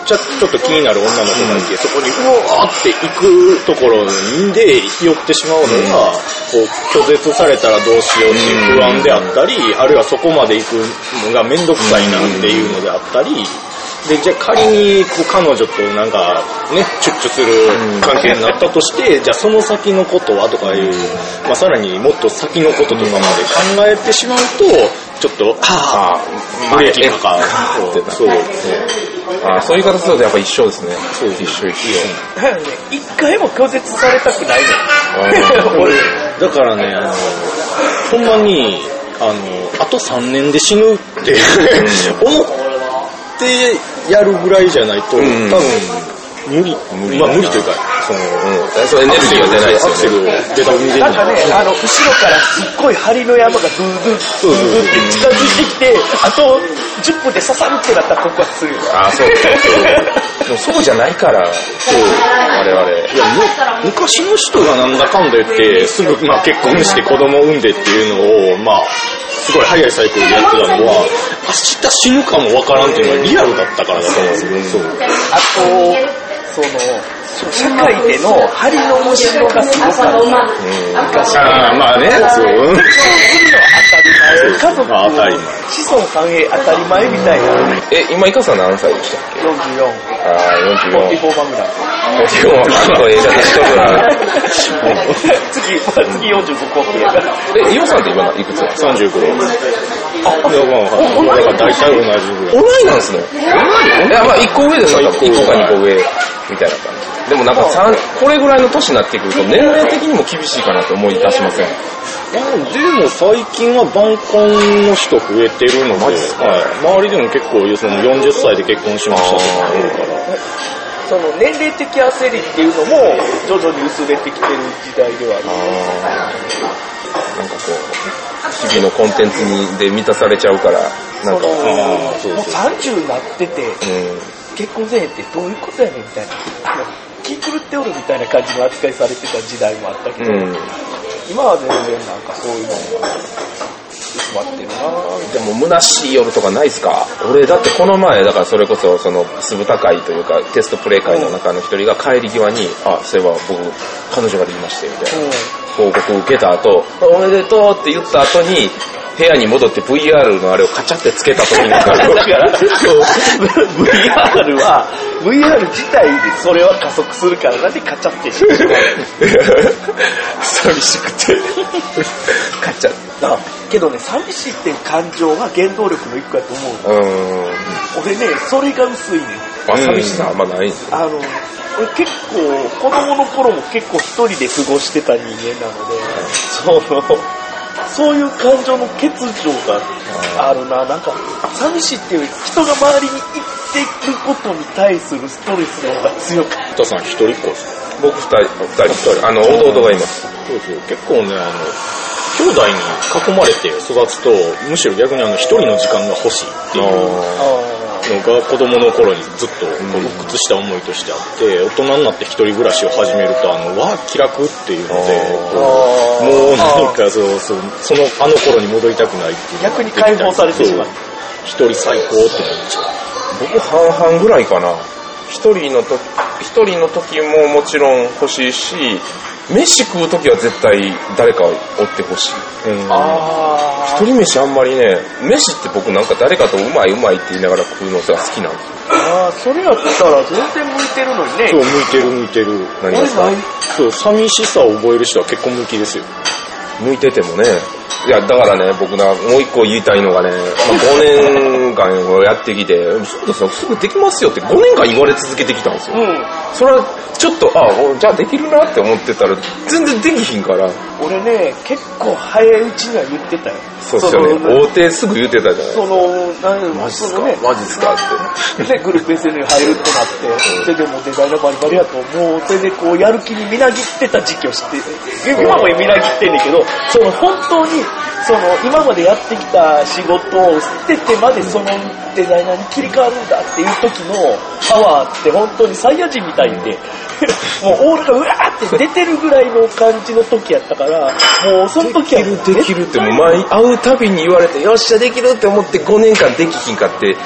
ちゃちょっと気になる女の子がいて、うん、そこにうわーって行くところで寄ってしまうのが、こう拒絶されたらどうしようっていう不安であったり、あるいはそこまで行くのがめんどくさいなっていうのであったり、でじゃあ仮にこう彼女となんかねチュッチュする関係になったとして、じゃあその先のことはとかいう、まあ、さらにもっと先のこととかまで考えてしまうとちょっとはぁブレーキかかるってそうあそういう形だとやっぱ一緒ですね。そうです、一緒一緒。 だよね、一回も拒絶されたくないの。 だからね、あのほんまにあのあとさんねんで死ぬって思ってやるぐらいじゃないと、うん、多分無理、無理まあ無理というか、その、 うん、そうエネルギーが出ないですよね。アクセルを出た海でなんかね、あの後ろからすっごい針の山がドゥードゥードゥードゥって近づいてきて、あとじゅっぷんで刺さるってなったら告発するよ。 ああそうそうそう。でもそうじゃないから、そう我々。いや昔の人がなんだかんだ言ってすぐまあ結婚して子供を産んでっていうのをまあ。すごい早いサイクルでやってたのは明日死ぬかもわからんっていうのがリアルだったからだと思うんですよ。 あとその社会での針の面白がすごかった。昔ああまあね、そう。 結婚するのは当たり前。家族の子孫繁栄当たり前みたいな。 え今イカさん何歳でしたっけ？ よんじゅうよん。 ああよんじゅうよん。 よんじゅうよん番ぐらい。 よんじゅうよんは何の映画でしとるな。 次次よんじゅうご個ってやから。 えイオさんって今いくつ？ さんじゅうご。あ、だから大体同じぐらい。 同いなんですね。同い？いやまあいっこ上ですよ。いっこかにこ上みたいな感じ。でもなんかこれぐらいの年になってくると年齢的にも厳しいかなと思い出しません？ でも最近は晩婚の人増えてるので、はい、周りでも結構そのよんじゅっさいで結婚しましたとかあるから。 その年齢的焦りっていうのも徐々に薄れてきてる時代ではある。なんかこう日々のコンテンツにで満たされちゃうからなんかそのもうさんじゅうになってて、うん、結婚せえへんってどういうことやねんみたいな気狂っておるみたいな感じの扱いされてた時代もあったけど、うん、今は全然なんかそういうのが薄まってるな。 でも虚しい夜とかないっすか？俺だってこの前だからそれこそその酢豚会というかテストプレイ会の中の一人が帰り際に、うん、あそういえば僕彼女ができましてみたいな、うん、報告受けた後おめでとうって言った後に部屋に戻って ブイアール のあれをカチャってつけた時にだから ブイアール は ブイアール 自体でそれは加速するからなんでカチャってしてしまう寂しくてカチャだけどね寂しいっていう感情が原動力の一個やと思う。うん俺ねそれが薄いね。 あ寂しさあんまないんですよ。 あの俺結構子供の頃も結構一人で過ごしてた人間なので、そのそういう感情の欠如があるな。なんか寂しいっていうより人が周りに行っていることに対するストレスの方が強くて。 北さん一人っ子ですか？ 僕二人二人一人あの弟がいます。 そうそう結構ねあの兄弟に囲まれて育つとむしろ逆にあの一人の時間が欲しいっていうのが子供の頃にずっと鬱屈した思いとしてあって、大人になって一人暮らしを始めるとあのわ気楽っていうのでもう何かそうそうそのあの頃に戻りたくないっていう逆に解放されてしまう。 一人最高ってなっちゃう。 僕半々ぐらいかな。一人のと一人の時ももちろん欲しいし飯食う時は絶対誰かおってほしい。うん、あ一人飯あんまりね飯って僕なんか誰かとうまいうまいって言いながら食うのが好きなんですよ。 ああそれやったら全然向いてるのにね。 そう向いてる向いてる。 何ですか？ そう寂しさを覚える人は結構向きですよ。 向いててもね。いやだからね僕なもう一個言いたいのがね、まあ、ごねんかんをやってきてそうですよすぐできますよってごねんかん言われ続けてきたんですよ。うん、それはちょっとあじゃあできるなって思ってたら全然できひんから。 俺ね結構早いうちには言ってたよ。 そうですよね大手すぐ言ってたじゃない。 そのなんマジっすか、ね、マジっすかってでグループ エスエヌ に入るってなってそれでもうデザイナーバリバリやともうそれでこうやる気にみなぎってた時期を知って今もみなぎってんねんけどその本当にその今までやってきた仕事を捨ててまでそのデザイナーに切り替わるんだっていう時のパワーって本当にサイヤ人みたいでもうオーラがうわーって出てるぐらいの感じの時やったからもうその時はできるできるってもう前会うたびに言われてよっしゃできるって思ってごねんかんできひんかって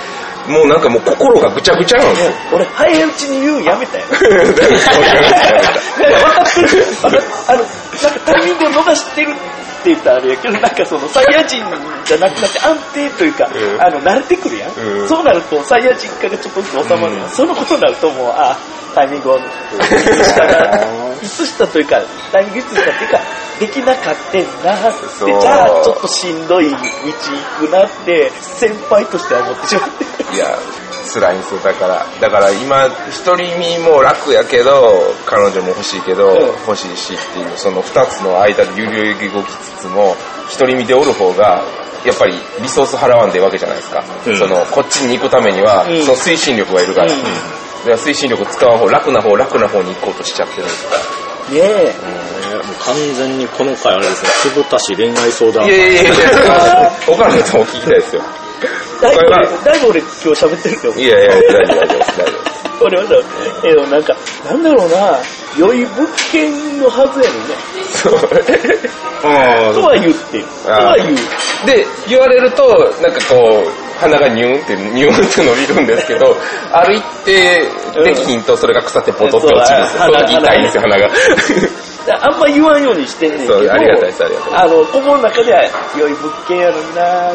もうなんかもう心がぐちゃぐちゃなんですよ。 俺早いうちに言うんやめたよ。あのなんかタイミングを逃してるって言ったらあれやけど、なんかそのサイヤ人じゃなくなって安定というか、うん、あの慣れてくるやん、うん、そうなるとサイヤ人化がちょっとずつ収まるやん、うん、そのことになるともうあタイミングをいつしたらいつしたというかタイミングいつしたっていうかできなかったんなってじゃあちょっとしんどい道行くなって先輩としては思ってしまって。 いや辛いんですよ。だからだから今一人身も楽やけど彼女も欲しいけど、うん、欲しいしっていうその二つの間で揺り動きつつも一人身でおる方がやっぱりリソース払わんでいいわけじゃないですか、うん、そのこっちに行くためには、うん、その推進力がいるから、うん、だから推進力使う方楽な方楽な方に行こうとしちゃってるんですねえ、 うん、もう完全にこの回あれですね、つぶたし恋愛相談。 いやいやいや他の人も聞きたいですよ。 だいぶ俺今日喋ってるけど。 いやいや大丈夫大丈夫大丈夫。 俺はさ、えー、なんかなんだろうな、良い物件のはずやねんね。 そう。 とは言ってる。とは言う。 で言われるとなんかこう鼻がニューンってニューンって伸びるんですけど、歩いてできひんとそれが腐ってポトって落ちるんですよ。その時痛いんですよ鼻が。 あんま言わんようにしてんねんけど、 そうありがたいですありがたいです。 あの心の中では良い物件やのになーって、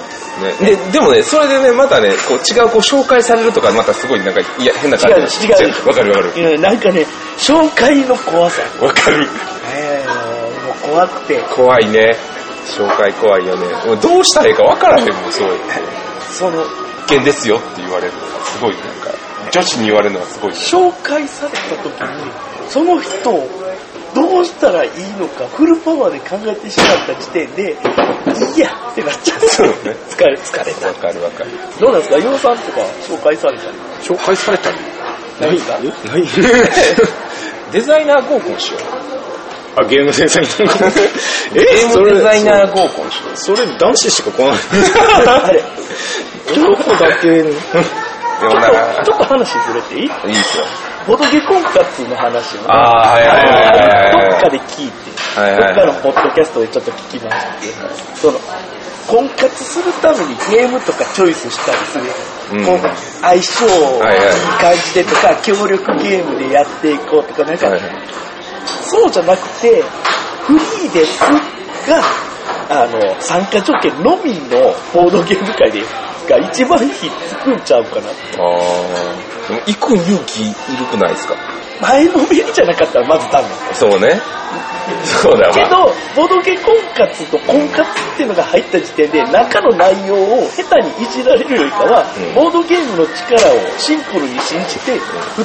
ね、で, でもねそれでねまたねこう違うこう紹介されるとかまたすごいなんかいや変な感じ。 違う違う。 わかるわかる。 いやなんかね紹介の怖さ。 わかる。 えー、もう怖くて。 怖いね。紹介怖いよね。もうどうしたらいいかわからへんもんそうその物件ですよって言われるのがすごいなんか女子に言われるのがすごい。 紹介された時にその人をどうしたらいいのかフルパワーで考えてしまった時点でいいやってなっちゃう。 そうね。 疲れ疲れた。 わかるわかる。 どうなんですか、ヨウさんとか紹介されたり。 紹介されたり。 ないですか？ ない。 デザイナー合コンしよう。 あ、ゲームデザイナー合コン。 え、ゲームデザイナー合コンしよう。 それ男子しか来ない。 あれ。 男だけ。 ちょっとちょっと話ずれていい？いいですよ。 ボドゲ婚活の話をね、 あーはいはいはいはい、 どっかで聞いて、はいはいはい、どっかのポッドキャストでちょっと聞きまして、その婚活するためにゲームとかチョイスしたりする、うん、こう相性いい感じでとか、はいはい、協力ゲームでやっていこうとかなんか、はいはい、そうじゃなくてフリーですがあの参加条件のみのボードゲーム会でが一番ひっつくんちゃうかなって。 あー、でも行く勇気いるくないですか？ 前のめりじゃなかったらまずダメ。 そうね。そうだわ。 けどボドゲ婚活と婚活っていうのが入った時点で中の内容を下手にいじられるよりかは、うん、ボードゲームの力をシンプルに信じて、うん、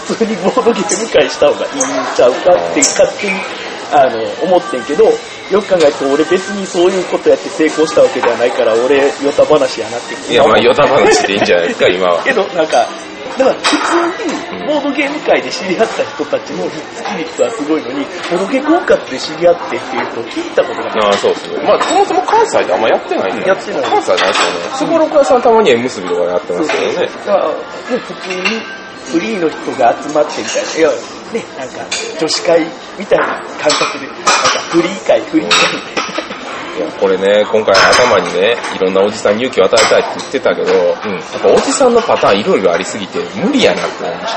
普通にボードゲーム会した方がいいんちゃうかって勝手にあの思ってんけど、よく考えると俺別にそういうことやって成功したわけではないから俺ヨタ話やなって。 いやまあヨタ話でいいんじゃないですか今は。 けどなんかだから普通にボードゲーム界で知り合った人たちのひっつき率はすごいのに、ボードゲーム婚活で知り合ってっていう人を聞いたことがない。 ああそうですね。まあそもそも関西であんまやってないんだよ。 やってない。 関西なんですよね。すごろく屋さんたまに縁結びとかやってますけどね。そうそうだからね普通にフリーの人が集まってみたいな、いやねなんか女子会みたいな感覚でなんかフリー会フリー会みたいな。 いやこれね今回頭にねいろんなおじさんに勇気を与えたいって言ってたけど、うん、やっぱおじさんのパターンいろいろありすぎて無理やなって思いました。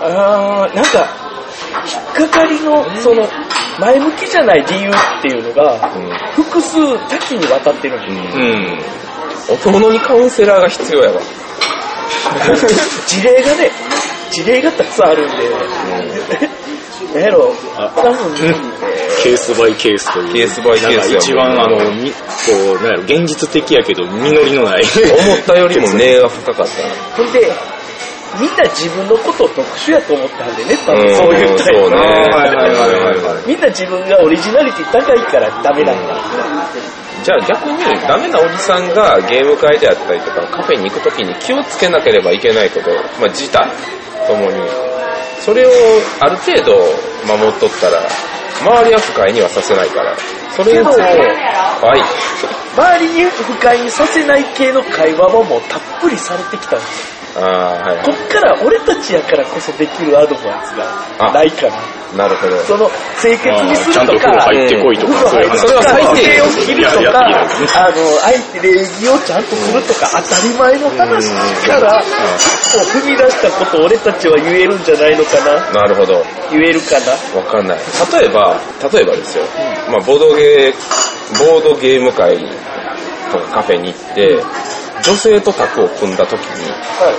あーなんか引っかかりのその前向きじゃない理由っていうのが、うん、複数多岐にわたってるんですよ。 うん、大人にカウンセラーが必要やわ。 事例がね事例がたくさんあるんで、うん、何やろ多分、うん、 ケースバイケースというケースバイケースや一番あのみこう何やろ現実的やけど実りのない思ったよりも根が深かったな。 ほんでみんな自分のことを特殊やと思ったんでね、多分そういうタイプ。 そうね。はいはいはいはい。 みんな自分がオリジナリティ高いからダメなんだ。 じゃあ逆にダメなおじさんがゲーム会であったりとかカフェに行くときに気をつけなければいけないこと、まあ自他ともにそれをある程度守っとったら周りは不快にはさせないから。それについてはい。 周りに不快にさせない系の会話はもうたっぷりされてきたんですよ。 あ、はい、 こっから俺たちやからこそできるアドバイスがないかな。 なるほど。 その清潔にするとか、 ちゃんと風呂入ってこいとか、 それは最低を切るとか、 あの相手礼儀をちゃんとするとか、当たり前の話からもう踏み出したことを俺たちは言えるんじゃないのかな。 なるほど。 言えるかな。 わかんない。例えば例えばですよ。まあボードゲーボードゲーム会とかカフェに行って、女性とタッグを組んだ時に、はい、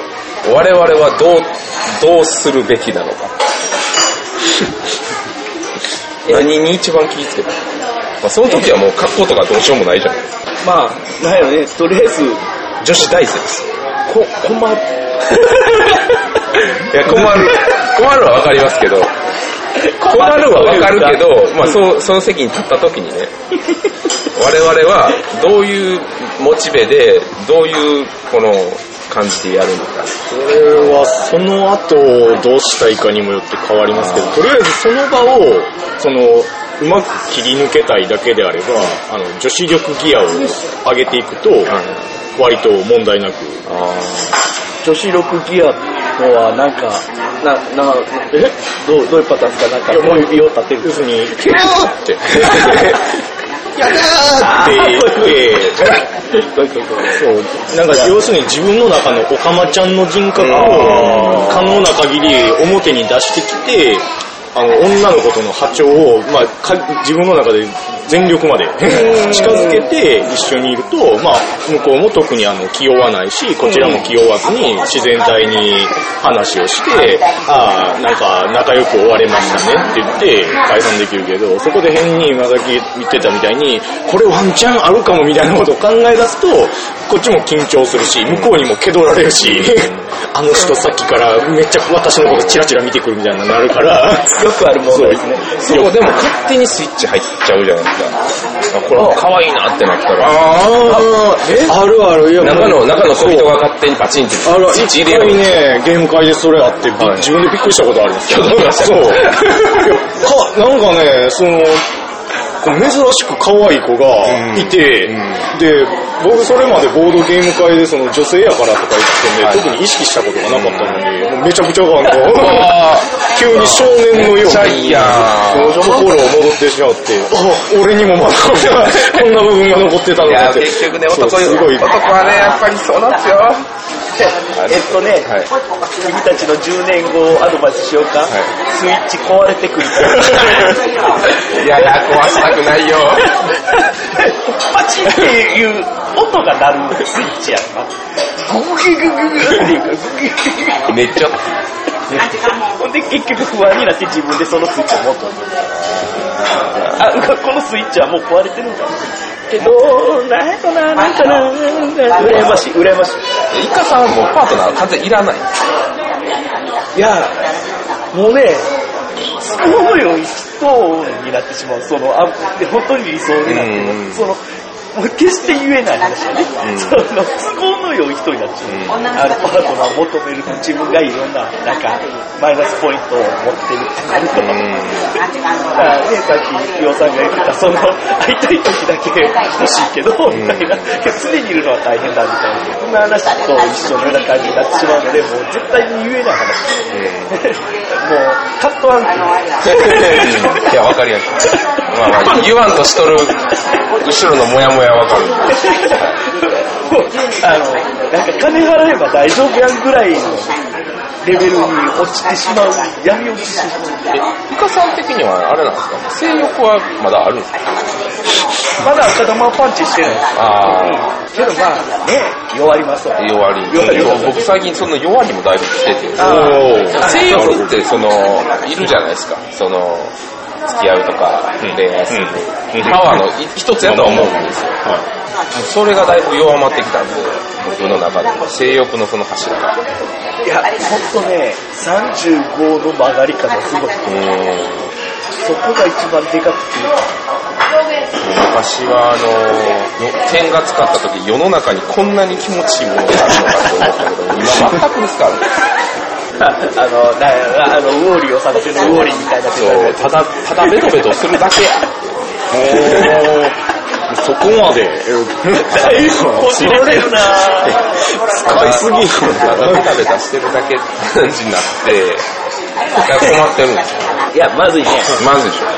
我々はどうどうするべきなのか。何に一番気をつけた？まあ、その時はもう格好とかどうしようもないじゃないですか。 まあなんやろね。とりあえず女子大生です。 こ困る。 いや困る困るはわかりますけど。困るはわかるけど、まあ、そ, その席に立った時にね、我々はどういうモチベでどういうこの感じでやるのか。 それはその後どうしたいかにもよって変わりますけど、とりあえずその場をそのうまく切り抜けたいだけであれば、あの女子力ギアを上げていくと割と問題なく。 あ女子力ギアとはなんかななえどうどういうパターンですか。なんか小指を立てる。 要するにキャーってやだーって言ってそうなんか要するに自分の中のオカマちゃんの人格を可能な限り表に出してきて、あの女の子との波長を、まあ、か自分の中で全力まで近づけて一緒にいると、まあ、向こうも特にあの気負わないし、こちらも気負わずに自然体に話をして、ああなんか仲良く終われましたねって言って解散できるけど、そこで変に今さっき言ってたみたいにこれワンチャンあるかもみたいなことを考え出すと、こっちも緊張するし、向こうにも蹴取られるし、あの人さっきからめっちゃ私のことチラチラ見てくるみたいなのになるから。 よくあるものですね。 そこでも勝手にスイッチ入っちゃうじゃないですか。あこれ可愛いなってなったら。 ああ、あるある。いや中の中の小人が勝手にパチンってある。一回ねゲーム会でそれあって、はい、自分でびっくりしたことありますけど。そう。かなんかねその。珍しく可愛い子がいて、うんうん、で僕それまでボードゲーム会でその女性やからとか言ってね、特に意識したことがなかったのに、もうめちゃくちゃなんか急に少年のように少女心を戻ってしまって、あ俺にもまだこんな部分が残ってたのかって。 いや結局ね男男はねやっぱりそうなんですよ。 えっとね、はい、君たちのじゅうねんごをアドバイスしようか、はい、スイッチ壊れてくるからいやいや壊したくないよパチンっていう音が鳴るスイッチやんな。グギグググっていうかグギグギめっちゃほんで結局不安になって自分でそのスイッチを持っとる。あこのスイッチはもう壊れてるんだけど、なんやろな、なんかな、羨ましい、羨ましい。 イカさんはもうパートナー完全いらない。 いや、もうね、都合の良い人になってしまう。そのあ本当に理想になってます。そのもう決して言えない話だね、うん、その都合の良い人になっちゃう、うん、あのパートナーを求めると自分がいろんななんかマイナスポイントを持ってるってなると、うん、あね、さっき伊尾さんが言ってたその会いたい時だけ欲しいけど、うん、みたいな常にいるのは大変だみたいなそんな話と一緒のような感じになってしまうのでもう絶対に言えない話、うん、もうカットアウトいやわかりやすいまあまあ言わんとしとる後ろのモヤモヤわかるあのなんか金払えば大丈夫やんぐらいのレベルに落ちてしまう闇落ちしてしまう。 イカさん的にはあれなんですか性欲はまだあるんですか。 まだ赤玉パンチしてない。ああ、うん、けどまあね弱りますわ。 弱り弱り僕最近その弱りもだいぶ来てて性欲ってそのいるじゃないですかその付き合うとか恋愛するパワーの一つやとは思うんですよ、はい、それがだいぶ弱まってきたんで僕の中で性欲のその柱がいやほんとねさんじゅうごの曲がり方すごいそこが一番でかくて昔はあの点が使った時世の中にこんなに気持ちいいものがあるのかと思ったけど今全くですからねあの、なあのウォーリーを探せるウォーリーみたいなそうただただベトベトするだけやそこまで。 だいぶこじれてるな使いすぎる。 ただベタベタしてるだけって感じになって、困ってるんですよ。 いや、まずいね。 まずいでしょ。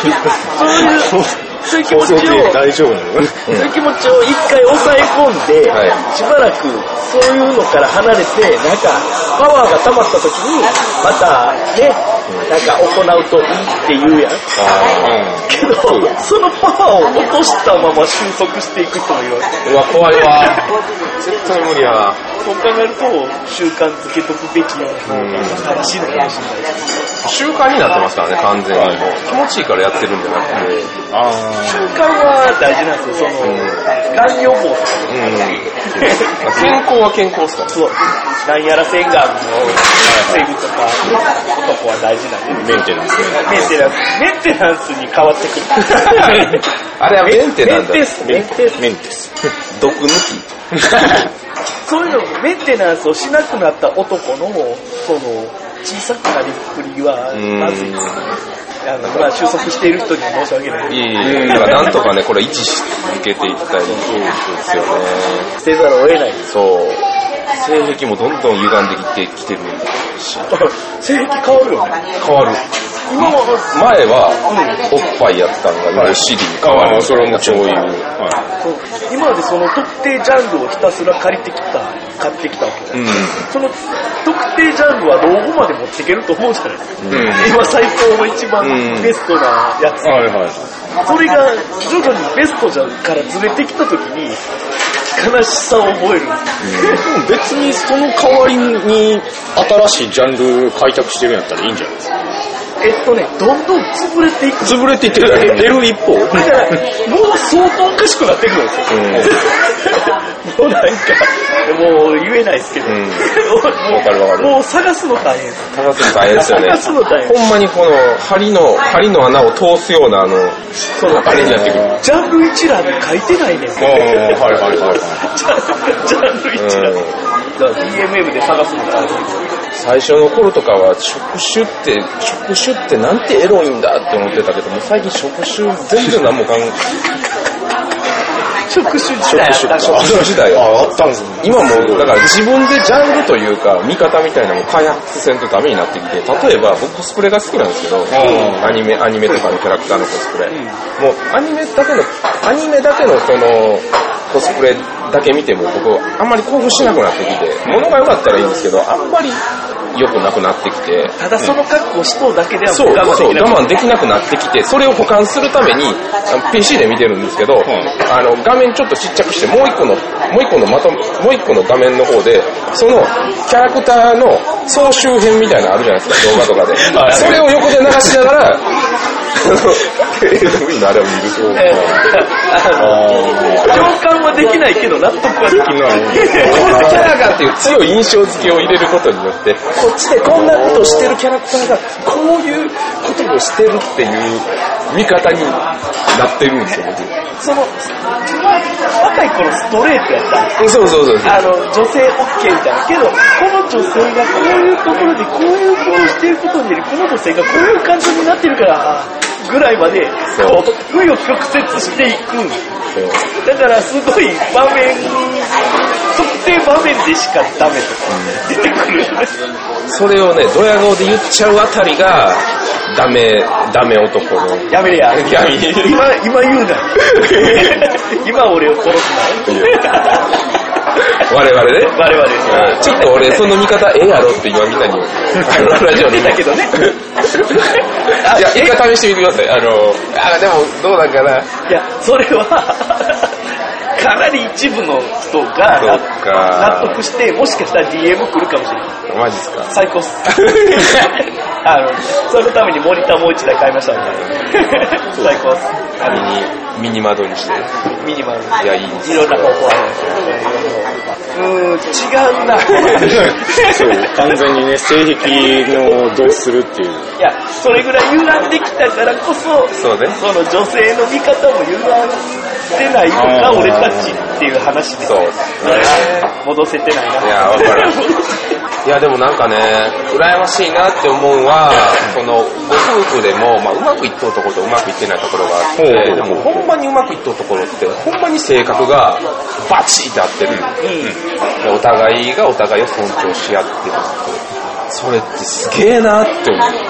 そういう気持ちを、 大丈夫なの、うん、 そういう気持ちを一回抑え込んで、はい、しばらくそういうのから離れて、なんかパワーが溜まった時に、またね、なんか行うといいって言うやん。あけど、そのパワーを落としたまま収束していく人もいるわけ。 うわ、怖いわ。絶対無理やわ。 そう考えると、習慣づけとくべきような正しいのかもしれないです。 習慣になってますからね、完全に。はい、気持ちいいからやってるんじゃなくて。 あ習慣は大事なんですよ、その、がん予防とか。うん、 健康は健康っすから。 そう。なんやら洗顔を防ぐとか、男は大事なんで。 メンテナンス。 メンテナンス。メンテナンスに変わってくる。 あれはメンテナンス。 メンテス。メンテス。 メンテス。 毒抜き。 そういうの、メンテナンスをしなくなった男の、その、小さくなりっぷりは、まずいですね。あの、まあ、収束している人には申し訳ない。 いえいえ、だからなんとかね、これ維持し続けていきたいですよね。 せざるを得ない。 そう。性癖もどんどん歪んできてきてるし。 性癖変わるよね。 変わる。今は前は、おっぱいやったのが、お尻に変わる。 ああ、それもそういう。はい、 今までその特定ジャンルをひたすら借りてきた、買ってきたわけだ、うん、その特定ジャンルは老後まで持っていけると思うじゃないですか。うん、今最高の一番ベストなやつ。うん、はいはい。それが徐々にベストじゃからずれてきたときに、悲しさを覚えるんです。別にその代わりに新しいジャンル開拓してるんやったらいいんじゃないですか。 えっとね、どんどん潰れていく。 潰れていってる。出る一方。 だから、もう相当おかしくなってくるんですよ。うん、もうなんか、もう言えないですけど。うん、 わかるわかる。 もう探すの大変です。 探すの大変ですよね。 探すの大変。 ほんまにこの針の、針の穴を通すようなあの、 そうあれになってくる。 ジャンル一覧に書いてないねん。 はいはいはい。 ジャンル一覧。だから ディーエムエム で探すの大変。 最初の頃とかは触手って触手ってなんてエロいんだって思ってたけども最近触手全然何も考え触手時代あった触手時代あったんですね。 今もだから自分でジャンルというか見方みたいなのを開発せんとダメになってきて例えば僕コスプレが好きなんですけど、うん、アニメアニメとかのキャラクターのコスプレ、うん、もうアニメだけのアニメだけのそのコスプレだけ見ても僕あんまり興奮しなくなってきて物が良かったらいいんですけどあんまり良くなくなってきてただその格好しとうだけでは我慢できなくなって、我慢できなくなってきてそれを補完するために ピーシー で見てるんですけど、うん、あの画面ちょっとちっちゃくしてもう一個のもう一個のまともう一個の画面の方でそのキャラクターの総集編みたいなのあるじゃないですか動画とかでそれを横で流しながらテレビのあれを見ると共感はできないけど納得はできないこのキャラがっていう強い印象付けを入れることによってこっちでこんなことをしてるキャラクターがこういうことをしてるっていう見方になってるんですよねその若い頃ストレートやったんですそうそうそうそうあの女性 OK みたいなけどこの女性がこういうところでこういうことをしていることによりこの女性がこういう感情になってるからぐらいまでこう紆余曲折していくんだからすごい場面特定場面でしかダメとか出てくる、 うん、それをねドヤ顔で言っちゃうあたりがダメダメ男のやめれや今今言うな今俺を殺すな我々ね我々ねちょっと俺その見方ええやろって今みたいにラジオに言ってたけどねいや一回試してみてくださいあのあでもどうなんかないやそれはかなり一部の人が納得してもしかしたら ディーエム 来るかもしれないマジっすか最高っすあのそのためにモニターもう一台買いましたので最高っすミニミニ窓にしてミニマルいやいいですいろんな方法あるんですけどうーん違うなそう完全にね性癖のどうするっていういやそれぐらい歪んできたからこそそうねその女性の見方も歪んでないのか俺たちっていう話でそう、 戻せてないないや分からんいやでもなんかね、羨ましいなって思うのは、そのご夫婦でも、まあ、うまくいっとうところとうまくいってないところがあって、でもほんまにうまくいっとうところってほんまに性格がバチッて合ってる、うん、お互いがお互いを尊重し合ってるって、それってすげえなって思う、うん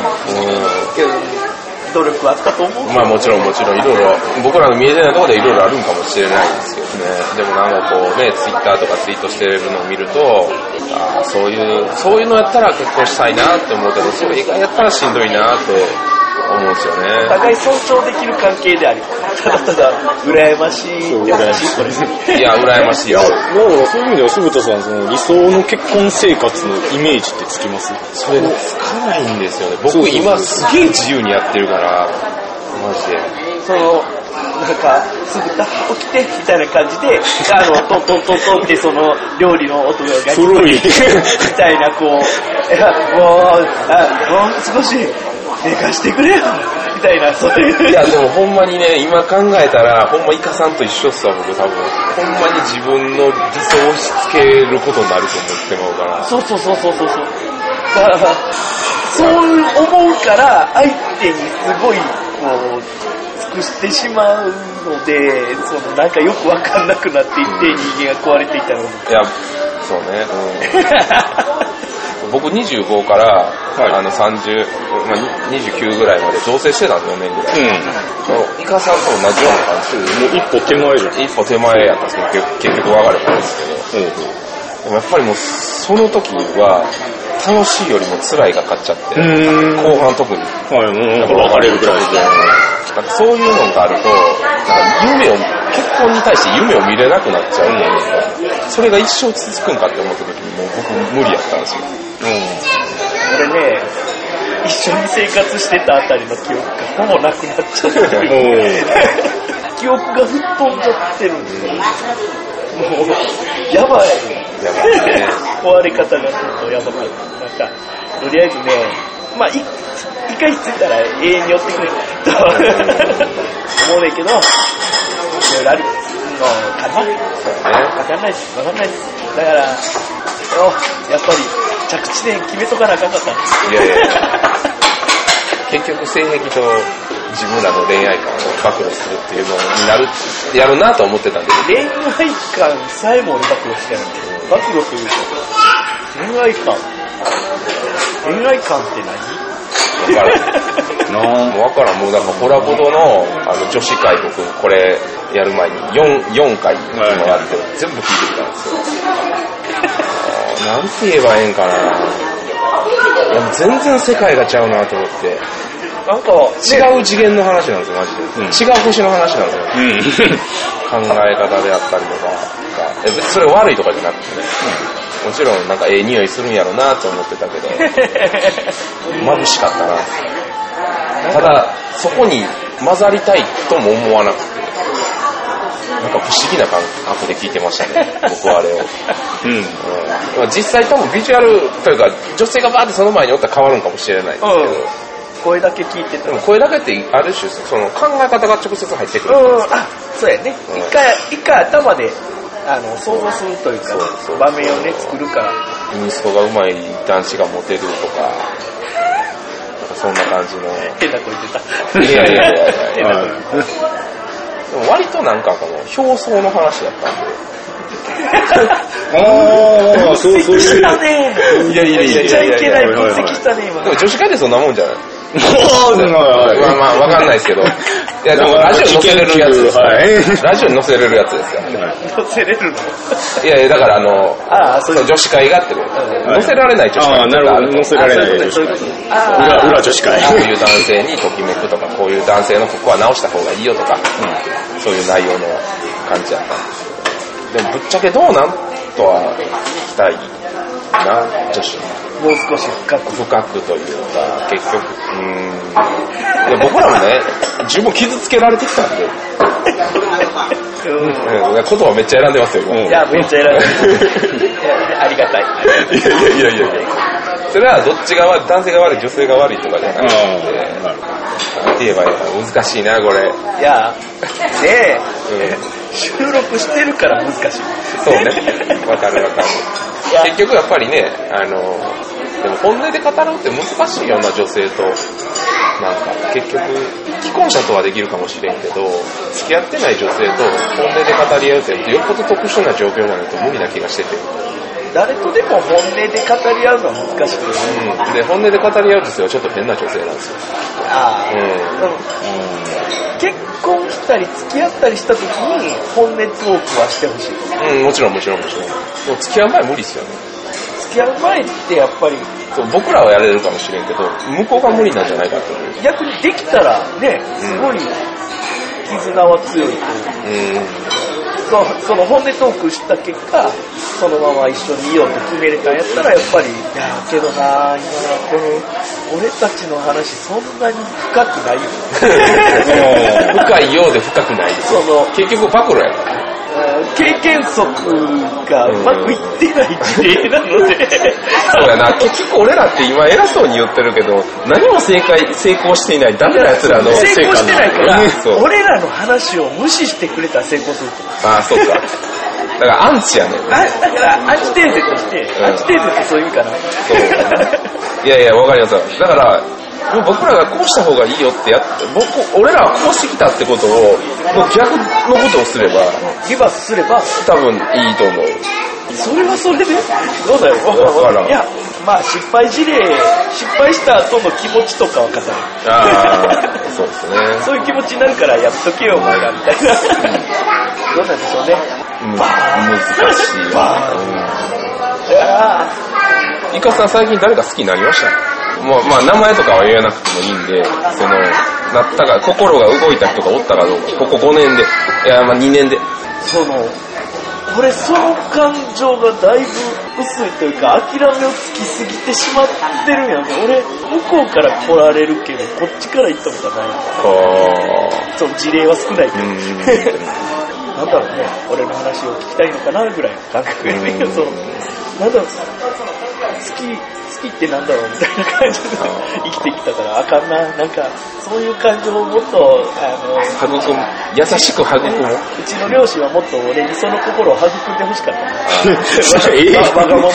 努力あったと思う。 まあもちろんもちろんいろいろ僕らの見えてないところでいろいろあるんかもしれないですけどね。でもなんかこうねツイッターとかツイートしてるのを見ると、ああそういうそういうのやったら結婚したいなって思うけど、それ以外やったらしんどいなって思うんですよね。 お互い尊重できる関係であり、ただただ羨ましい優しいこれ。 いや羨ましいよ。 だからそういう意味では柴田さん、その理想の結婚生活のイメージってつきます？ それがつかないんですよね。僕今すげえ自由にやってるからマジで。 そのなんかすぐダッと起きてみたいな感じで、あのトントントントンってその料理の音がガキッみたいなこう、いやもうあもう少し寝かしてくれよみたいな、そういう。 いやでもほんまにね、今考えたらほんまイカさんと一緒っすわ。僕多分ほんまに自分の理想を押し付けることになると思ってまうから。 そうそうそうそうそうそう。だからそう思うから相手にすごいこう尽くしてしまうので、そのなんかよくわかんなくなっていって人間が壊れていったの。いやそうね。うん、僕にじゅうごから、はい、あのさんじゅう、まあ、にじゅうきゅうぐらいまで同棲してたんですよねんぐらい。うん。イカさんと同じような感じで、 もう一歩手前じゃん。 一歩手前やったんですけど、結局別れたんですけど、うん、でもやっぱりもうその時は楽しいよりも辛いが勝っちゃって、後半特に。はい、もう別れるぐらいで。 なんかそういうのがあると、なんか夢を、結婚に対して夢を見れなくなっちゃうので、うん、それが一生続くんかって思った時にもう僕無理やったんですよ。 うん、俺ね、一緒に生活してたあたりの記憶がほぼなくなっちゃってる。記憶が吹っ飛んじゃってるんですよ。もう、やばい。 やばいね。 壊れ方がちょっとやばかった。なんか、とりあえずね、まあ、い一回ついたら永遠に寄ってくれと思うねんけど、いろいろあるのかな。わかんないです。わかんないです。だから、やっぱり着地点決めとかなあかんかった。 いやいや結局性癖と自分らの恋愛観を暴露するっていうのになるやるなと思ってたんで。 恋愛観さえも俺暴露してないんで。暴露というか、恋愛観恋愛観って何？ 分からん。もう分からん。もうだからホラボドのあの女子会僕これやる前に 4, 4回もやって全部聞いてきたんですよ。なんて言えばええんかな。いや全然世界がちゃうなと思って。なんか違う次元の話なんですよマジで、うん、違う星の話なんですよ、うん、考え方であったりとかが別にそれ悪いとかじゃなくてね、うん、もちろんなんかええ匂いするんやろうなと思ってたけど眩しかったな。ただそこに混ざりたいとも思わなくて、なんか不思議な感覚で聞いてましたね僕はあれを、うんうん、実際多分ビジュアルというか女性がバーってその前におったら変わるんかもしれないですけど、うん、 声だけ聞いてた。 でも声だけってある種その考え方が直接入ってくる。 うん、あ、そうやね。うん、一回一回頭であの想像するというか、そうそう場面をね作るから。 インストが上手い男子がモテるとか、なんかそんな感じの。 変な声出た。 いやいやいやいや。変な声。でも割となんかこの表層の話だったんで。 ああ、そうそうしたね。 いやいやいやいやいや。 言っちゃいけない分析したね今。 でも女子会でそんなもんじゃない。 まあまあわかんないですけど。いやでもラジオに載せれるやつですから。ラジオに載せれるやつですから。 載せれるの？ いやいやだからあの、あそう女子会がって載せられない女子会。 ああなるほど載せられない女子会。裏裏女子会。 こういう男性にときめくとか、こういう男性のここは直した方がいいよとか、そういう内容の感じだったんです。でもぶっちゃけどうなんとは聞きたいな女子。 もう少し深く深くというか結局うーんで僕らもね十分傷つけられてきたんで、うん、言葉めっちゃ選んでますよ。 いやめっちゃ選んでるありがたい。 いやいやいやいやそれはどっちが悪い男性が悪い女性が悪いとかじゃなくて、なんて言えばいいか難しいなこれ。 いやねえ、うん、収録してるから難しい。 そうねわかるわかる。 結局やっぱりね、あの、でも本音で語るって難しいような女性と、なんか結局、既婚者とはできるかもしれんけど、付き合ってない女性と本音で語り合うってよっぽど特殊な状況になると無理な気がしてて。 誰とでも本音で語り合うのは難しくて、 うん、で、本音で語り合う女性はちょっと変な女性なんですよ。 ああ、うんうん、結婚したり付き合ったりした時に本音トークはしてほしい。 うん、もちろんもちろんもちろん。でも付き合う前無理ですよね。 付き合う前ってやっぱりそう僕らはやれるかもしれんけど、向こうが無理なんじゃないかって思う。 逆にできたらね、すごい絆は強いという。うんそ, その本音トークした結果、そのまま一緒にいようと決めれたんやったら、やっぱり、いやけどな、今この俺たちの話そんなに深くないよ。 深いようで深くない。その結局暴露やから。 経験則がうまくいってない事例なので、うん、 そうやな。結局俺らって今偉そうに言ってるけど、何も正解成功していないダメな奴らの成功してないから、俺らの話を無視してくれたら成功すると。 ああ、そうか。だからアンチやねん。 あだからアンチテーゼとして、うん、アンチテーゼってそういう意味かな。 そういやいや、わかります。だから僕らがこうした方がいいよってやって僕俺らはこうしてきたってことをもう逆のことをすればリバースすれば多分いいと思う。 それはそれでどうだよ。分からん。いやまあ失敗事例失敗した後の気持ちとかは語る。 ああそうですね。 そういう気持ちになるからやっとけよお前らみたいな。どうなんでしょうね。 うん、難しいわ。うん、イカさん最近誰か好きになりました？まあ、まあ名前とかは言えなくてもいいんで、そのなったか心が動いた人がおったかどうか、ここごねんで、いやまあにねんで、 その俺その感情がだいぶ薄いというか諦めをつきすぎてしまってるんやん。俺向こうから来られるけどこっちから行ったことはない。ああ、その事例は少ないけど。なんだろうね、俺の話を聞きたいのかなぐらいの感覚やねんけど、そのなんだろう、好き好きってなんだろうみたいな感じで生きてきたからあかんな。なんかそういう感情をもっとあの育む、優しく育む。うちの両親はもっと俺にその心を育んでほしかったな。えー、わがままを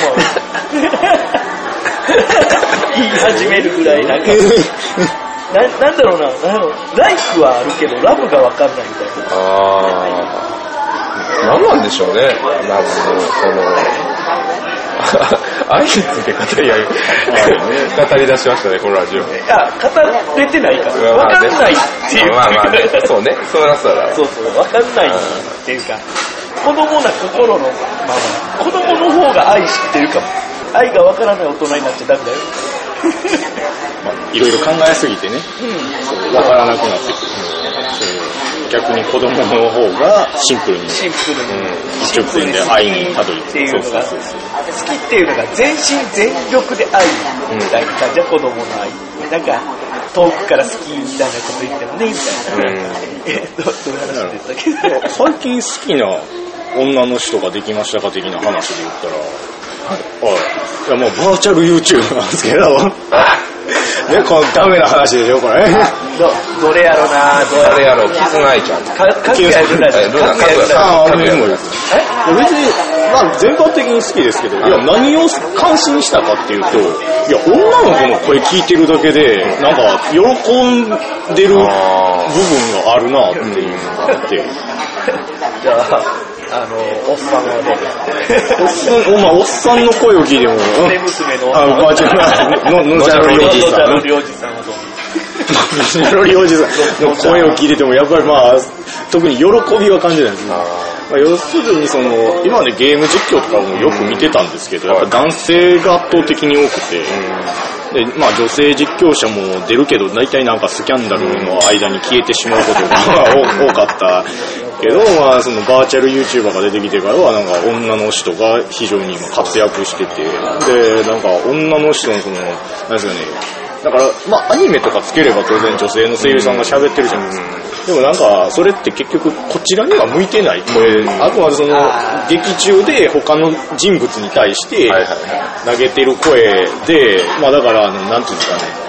言い始めるぐらいなんかな, なんだろうな、なんだろう、ライクはあるけどラブがわかんないみたいな。 ああ、なんなんでしょうね、ラブのその愛について語り合い語り出しましたねこのラジオ。いや語れてないからわかんないっていうか、 まあまあね、そうね、それはそうだ。 そうそう、わかんないっていうか、子供な心のまま、子供の方が愛知ってるかも。愛がわからない大人になっちゃダメだよ。 まあ、いろいろ考えすぎてね、うん、わからなくなってくる。逆に子供の方がシンプルにシンプルに、うん、 一直線で愛にたどり着く。 好きっていうのが全身全力で愛みたいな感じは子供の愛。なんか遠くから好きみたいなこと言ってもねみたいな。うん、えどどういう話でしたっけ？ 最近好きな女の人ができましたか的な話で言ったら、はい、いやもうバーチャル YouTube なんですけど。ね、このダメな話でしょこれ。 どどれやろな、 どれやろ、キズナアイちゃん。 かかくやるな、かくやるな。 ああ、別にまあ全般的に好きですけど、いや何を感心したかっていうと、いや女の子の声聞いてるだけでなんか喜んでる部分があるなっていうのがあって。 じゃあ。あのおっさんはね、 おっさん、おまあ、おっさんの声を聞いても、 ね娘のおっさん、 あ、ばあちゃんののじゃろりおじさん、 のじゃろりおじさんはどう？ のじゃろりおじさんの声を聞いててもやっぱりまあ特に喜びは感じないですね。まあ、要するにその今までゲーム実況とかもよく見てたんですけど、やっぱ男性が圧倒的に多くて。でまあ、女性実況者も出るけど大体なんかスキャンダルの間に消えてしまうことが多かったけど、まあ、そのバーチャル YouTuber が出てきてからはなんか女の人が非常に今活躍してて、でなんか女の人のそのなんですかね、だからまあアニメとかつければ当然女性の声優さんが喋ってるじゃないですか。でもなんかそれって結局こちらには向いてない声、あくまでその劇中で他の人物に対して投げてる声で、まあだからあのなんていうんですかね、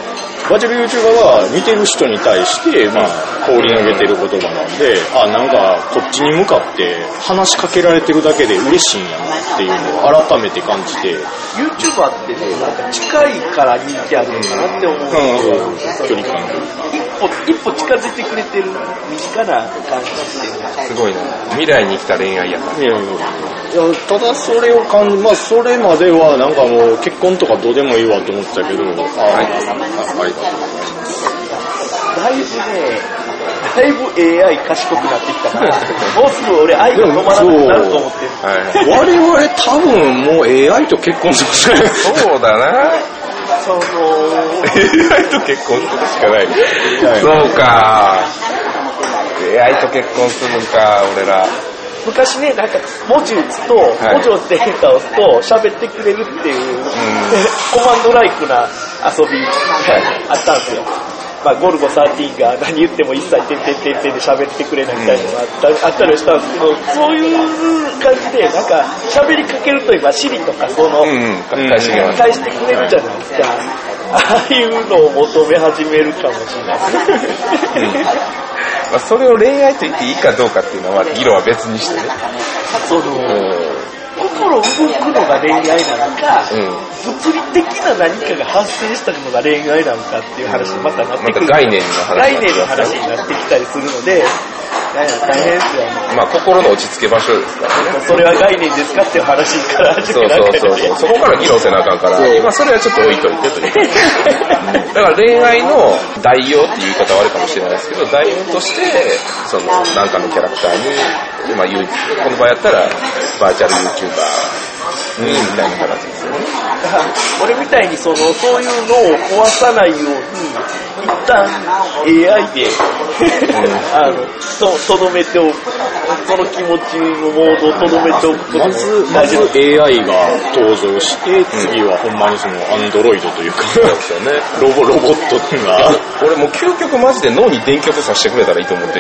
バーチャル YouTuber は見てる人に対して、まあ、放り投げてる言葉なんで、あ、なんかこっちに向かって話しかけられてるだけで嬉しいんやなっていうのを改めて感じて、 YouTuber ってね、なんか近いから人気あるのかなって思う、うん、 距離感というか一歩一歩近づいてくれてる身近な感じっていうのすごいな。未来に来た恋愛やから。 いやいやいや、ただそれを感じ、まあそれまではなんかもう結婚とかどうでもいいわと思ってたけど、あ、はい、はい、 だいぶね、だいぶ エーアイ 賢くなってきたから、もうすぐ俺愛が止まらなくなると思ってる。 はい、我々多分もう エーアイ と結婚する。 そうだな。 そのエーアイ と結婚するしかない。そうか。エーアイ と結婚するんか、俺ら。 昔ね、なんか文字打つと、はい、文字を打って変化を押すと喋ってくれるっていう、うん、コマンドライクな遊びがあったんですよ。まあ、ゴルゴじゅうさんが何言っても一切点々点々で喋ってくれないみたいなのがあった、あったりしたんですけど、そういう感じでなんか喋りかけると今シリとかその、うん、返してくれるじゃないですか。ああいうのを求め始めるかもしれないですね。うん、 まあ、それを恋愛と言っていいかどうかっていうのは色は別にしてね。 その心動くのが恋愛なのか、うん、物理的な何かが発生したのが恋愛なのかっていう話にまたなってくる、 また概念の話概念の話になってきたりするので、大変ですよ。 まあ心の落ち着け場所ですからね。 それは概念ですかっていう話から始めなきゃいけない。 そうそうそう。そこから議論せなあかんから、まあそれはちょっと置いといてという。だから恋愛の代用っていう言い方はあるかもしれないですけど、代用としてその何かのキャラクターに、まあ言うこの場合やったらバーチャル YouTuber にみたいな形ですよね。 だから俺みたいにそのそういうのを壊さないように一旦 エーアイ であのととどめておく、その気持ちのモードをとどめておくことまずまず エーアイ が登場して、次はほんまにそのアンドロイドというか、 うん、ね、 ロボロボットが俺もう究極マジで脳に電極させてくれたらいいと思ってる。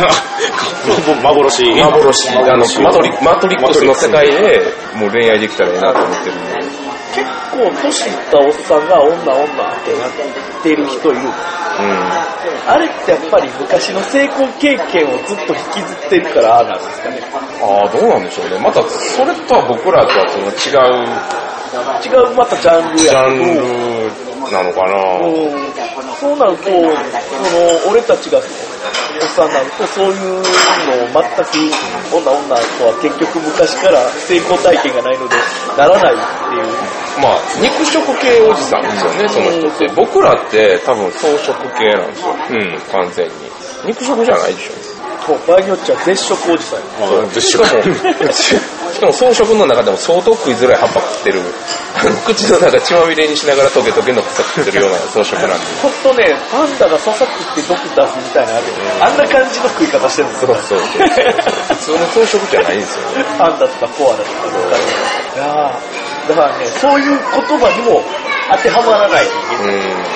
幻幻あのマトリマトリックスの世界でもう恋愛できたらいいなと思ってるんで。 結構年いったおっさんが女女ってなってる人いる、うん、あれってやっぱり昔の成功経験をずっと引きずってるからああなんですかね。 ああ、どうなんでしょうね。またそれとは僕らとはその違う違うまたジャンルやジャンルなのかな、 うん、そうなるとその俺たちがおっさんになるとそういうのを全く女女とは結局昔から成功体験がないのでならないっていう、 まあ肉食系おじさんですよね、その人って。僕らって多分草食系なんですよ、うん、完全に肉食じゃないでしょ。 場合によっちゃ絶食おじさん。 しかもしかも草食の中でも相当食いづらい葉っぱ食ってる口の中血まみれにしながらトゲトゲの草食ってるような草食なんで、 ほんとね、パンダがささくってドクターズみたいなあれ、うん、あんな感じの食い方してるんですよ。 そうそうそう普通の草食じゃないんですよね。 パンダとかコアラとかいやだからね、そういう言葉にも当てはまらない人間、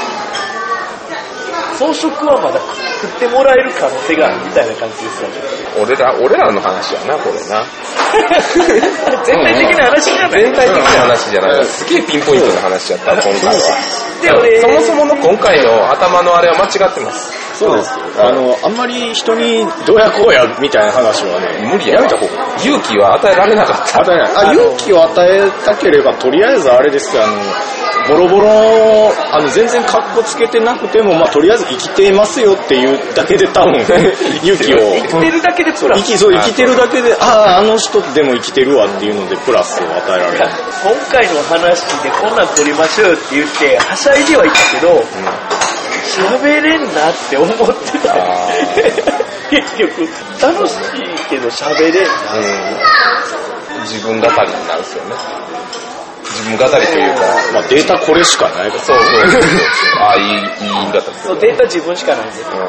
うん、草食はまだ食ってもらえる可能性があるみたいな感じですよね。 俺ら俺らの話やなこれな全体的な話じゃない。 全体的な話じゃない。すげえピンポイントな話やった今回は。でもね、そもそもの今回の頭のあれは間違ってます。 そうです。あのあんまり人にどうやこうやみたいな話はね、 無理やめた方が。勇気は与えられなかった。 与えない。あ、勇気を与えたければとりあえずあれですよ、あのボロボロ、あの全然カッコつけてなくても、まあとりあえず生きていますよっていうだけで多分勇気を生きてるだけでプラス、 生きそう生きてるだけで、あああの人でも生きてるわっていうのでプラスを与えられる。 今回の話でこんなん撮りましょうって言ってはしゃいではいたけど、喋、うん、れんなって思ってた結局楽しいけど喋れんな、 うん、自分語りになるんですよね。自分語りというか、 まあ、データこれしかない。 そうそうそうああ、いい、いい言い方です、ね。 そう、データ自分しかないんです、 うん、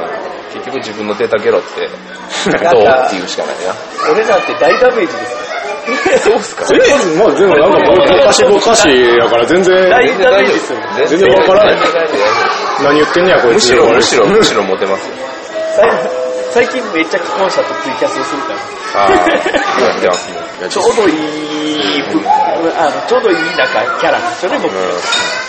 結局自分のデータゲロってどうっていうしかないな。 俺なんて大ダメージですそうっすか。 全然、まあ、全然なんかぼかしぼかしやから全然大ダメージですよ。 全然わからない。何言ってんねやこいつ。 むしろむしろむしろモテますよ。 最近めっちゃ既婚者とツイキャスをするから。 ああ、今見てますね。 ちょうどいい、うん、あのちょうどいいなんかキャラですよね僕、うん。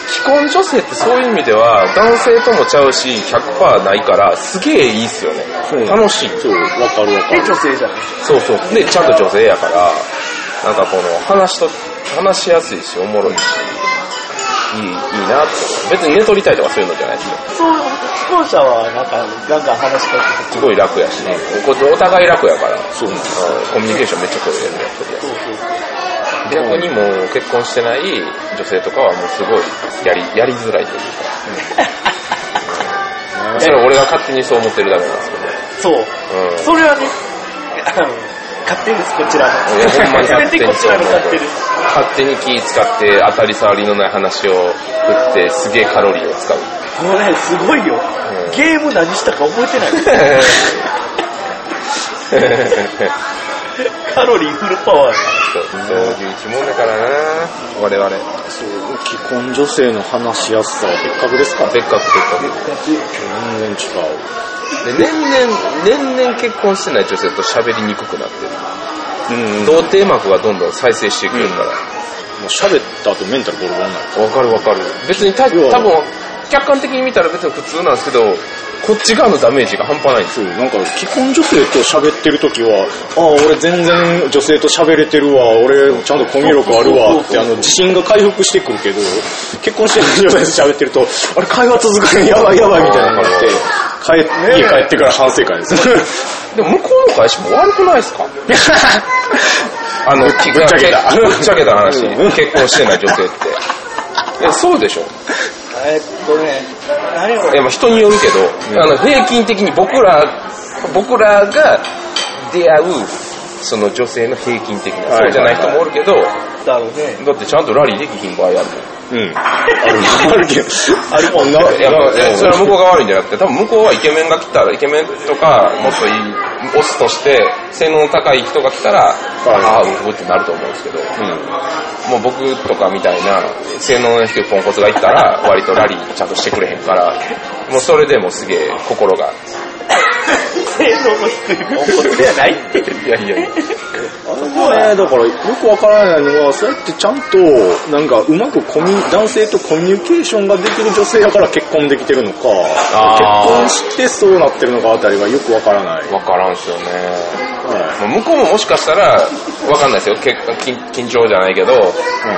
既婚女性ってそういう意味では男性ともちゃうし ひゃくパーセント ないからすげえいいっすよね。楽しい。 そう、わかるわかる。 で女性じゃない。 そうそう。でちゃんと女性やからなんかこの話と話しやすいしおもろいしいいいいなって。別に寝取りたいとかそういうのじゃないですよ。 そう既婚者はなんかガンガン話しかけてすごい楽やしね。こお互い楽やから。 そうなんです。 コミュニケーションめっちゃ取れるやつ。そうそう。逆にもう結婚してない女性とかはもうすごいやりやりづらいというか、うん、それは俺が勝手にそう思ってるだけなんですけどね。 そう、うん、それはね勝手ですこちらの。いやほんまに勝手にこちらの勝手です。 勝手に気使って当たり障りのない話を振ってすげえカロリーを使う。 もうねすごいよ、うん、ゲーム何したか覚えてないカロリーフルパワー。 そうそういう生き物だからな我々。 そう既婚女性の話しやすさは別格ですか。 別格別格全然違う。 で年々年々結婚してない女性と喋りにくくなってる。うん、童貞膜がどんどん再生していくから、うん、もう喋った後メンタルボロボロになる。 わかるわかる。別にた多分客観的に見たら別に普通なんですけどこっち側のダメージが半端ないんですよ。 なんか既婚女性と喋ってる時はああ俺全然女性と喋れてるわ俺ちゃんとコミュ力あるわってあの自信が回復してくるけど結婚してる女性と喋ってるとあれ会話続かないやばいやばいみたいな感じで帰家帰ってから反省会ですでも向こうの会社も悪くないですかあのぶっちゃけたぶっちゃけた話結婚してない女性っていやそうでしょ。 えっとね、何をいやまあ人によるけど、うん、あの平均的に僕ら僕らが出会うその女性の平均的な、そうじゃない人もおるけど、 だろうね。 だってちゃんとラリーできひん場合あるもん。 うん。あるあるけど、あるもんな。 いやまあそれは向こうが悪いんじゃなくて、多分向こうはイケメンが来たらイケメンとかもっといいオスとして性能の高い人が来たら、ああうぶってなると思うんですけど、うん、もう僕とかみたいな性能の低いポンコツがいったら割とラリーちゃんとしてくれへんから、もうそれでもすげえ心が。 性能の低いポンコツじゃないって。 いやいやいや。 あれもね、だからよくわからないのは、そうやってちゃんとなんかうまくコミ男性とコミュニケーションができる女性だから結婚できてるのか、結婚してそうなってるのかあたりがよくわからない。 わからんすよね。はい、向こうももしかしたらわかんないですよ。結緊緊張じゃないけど、うん、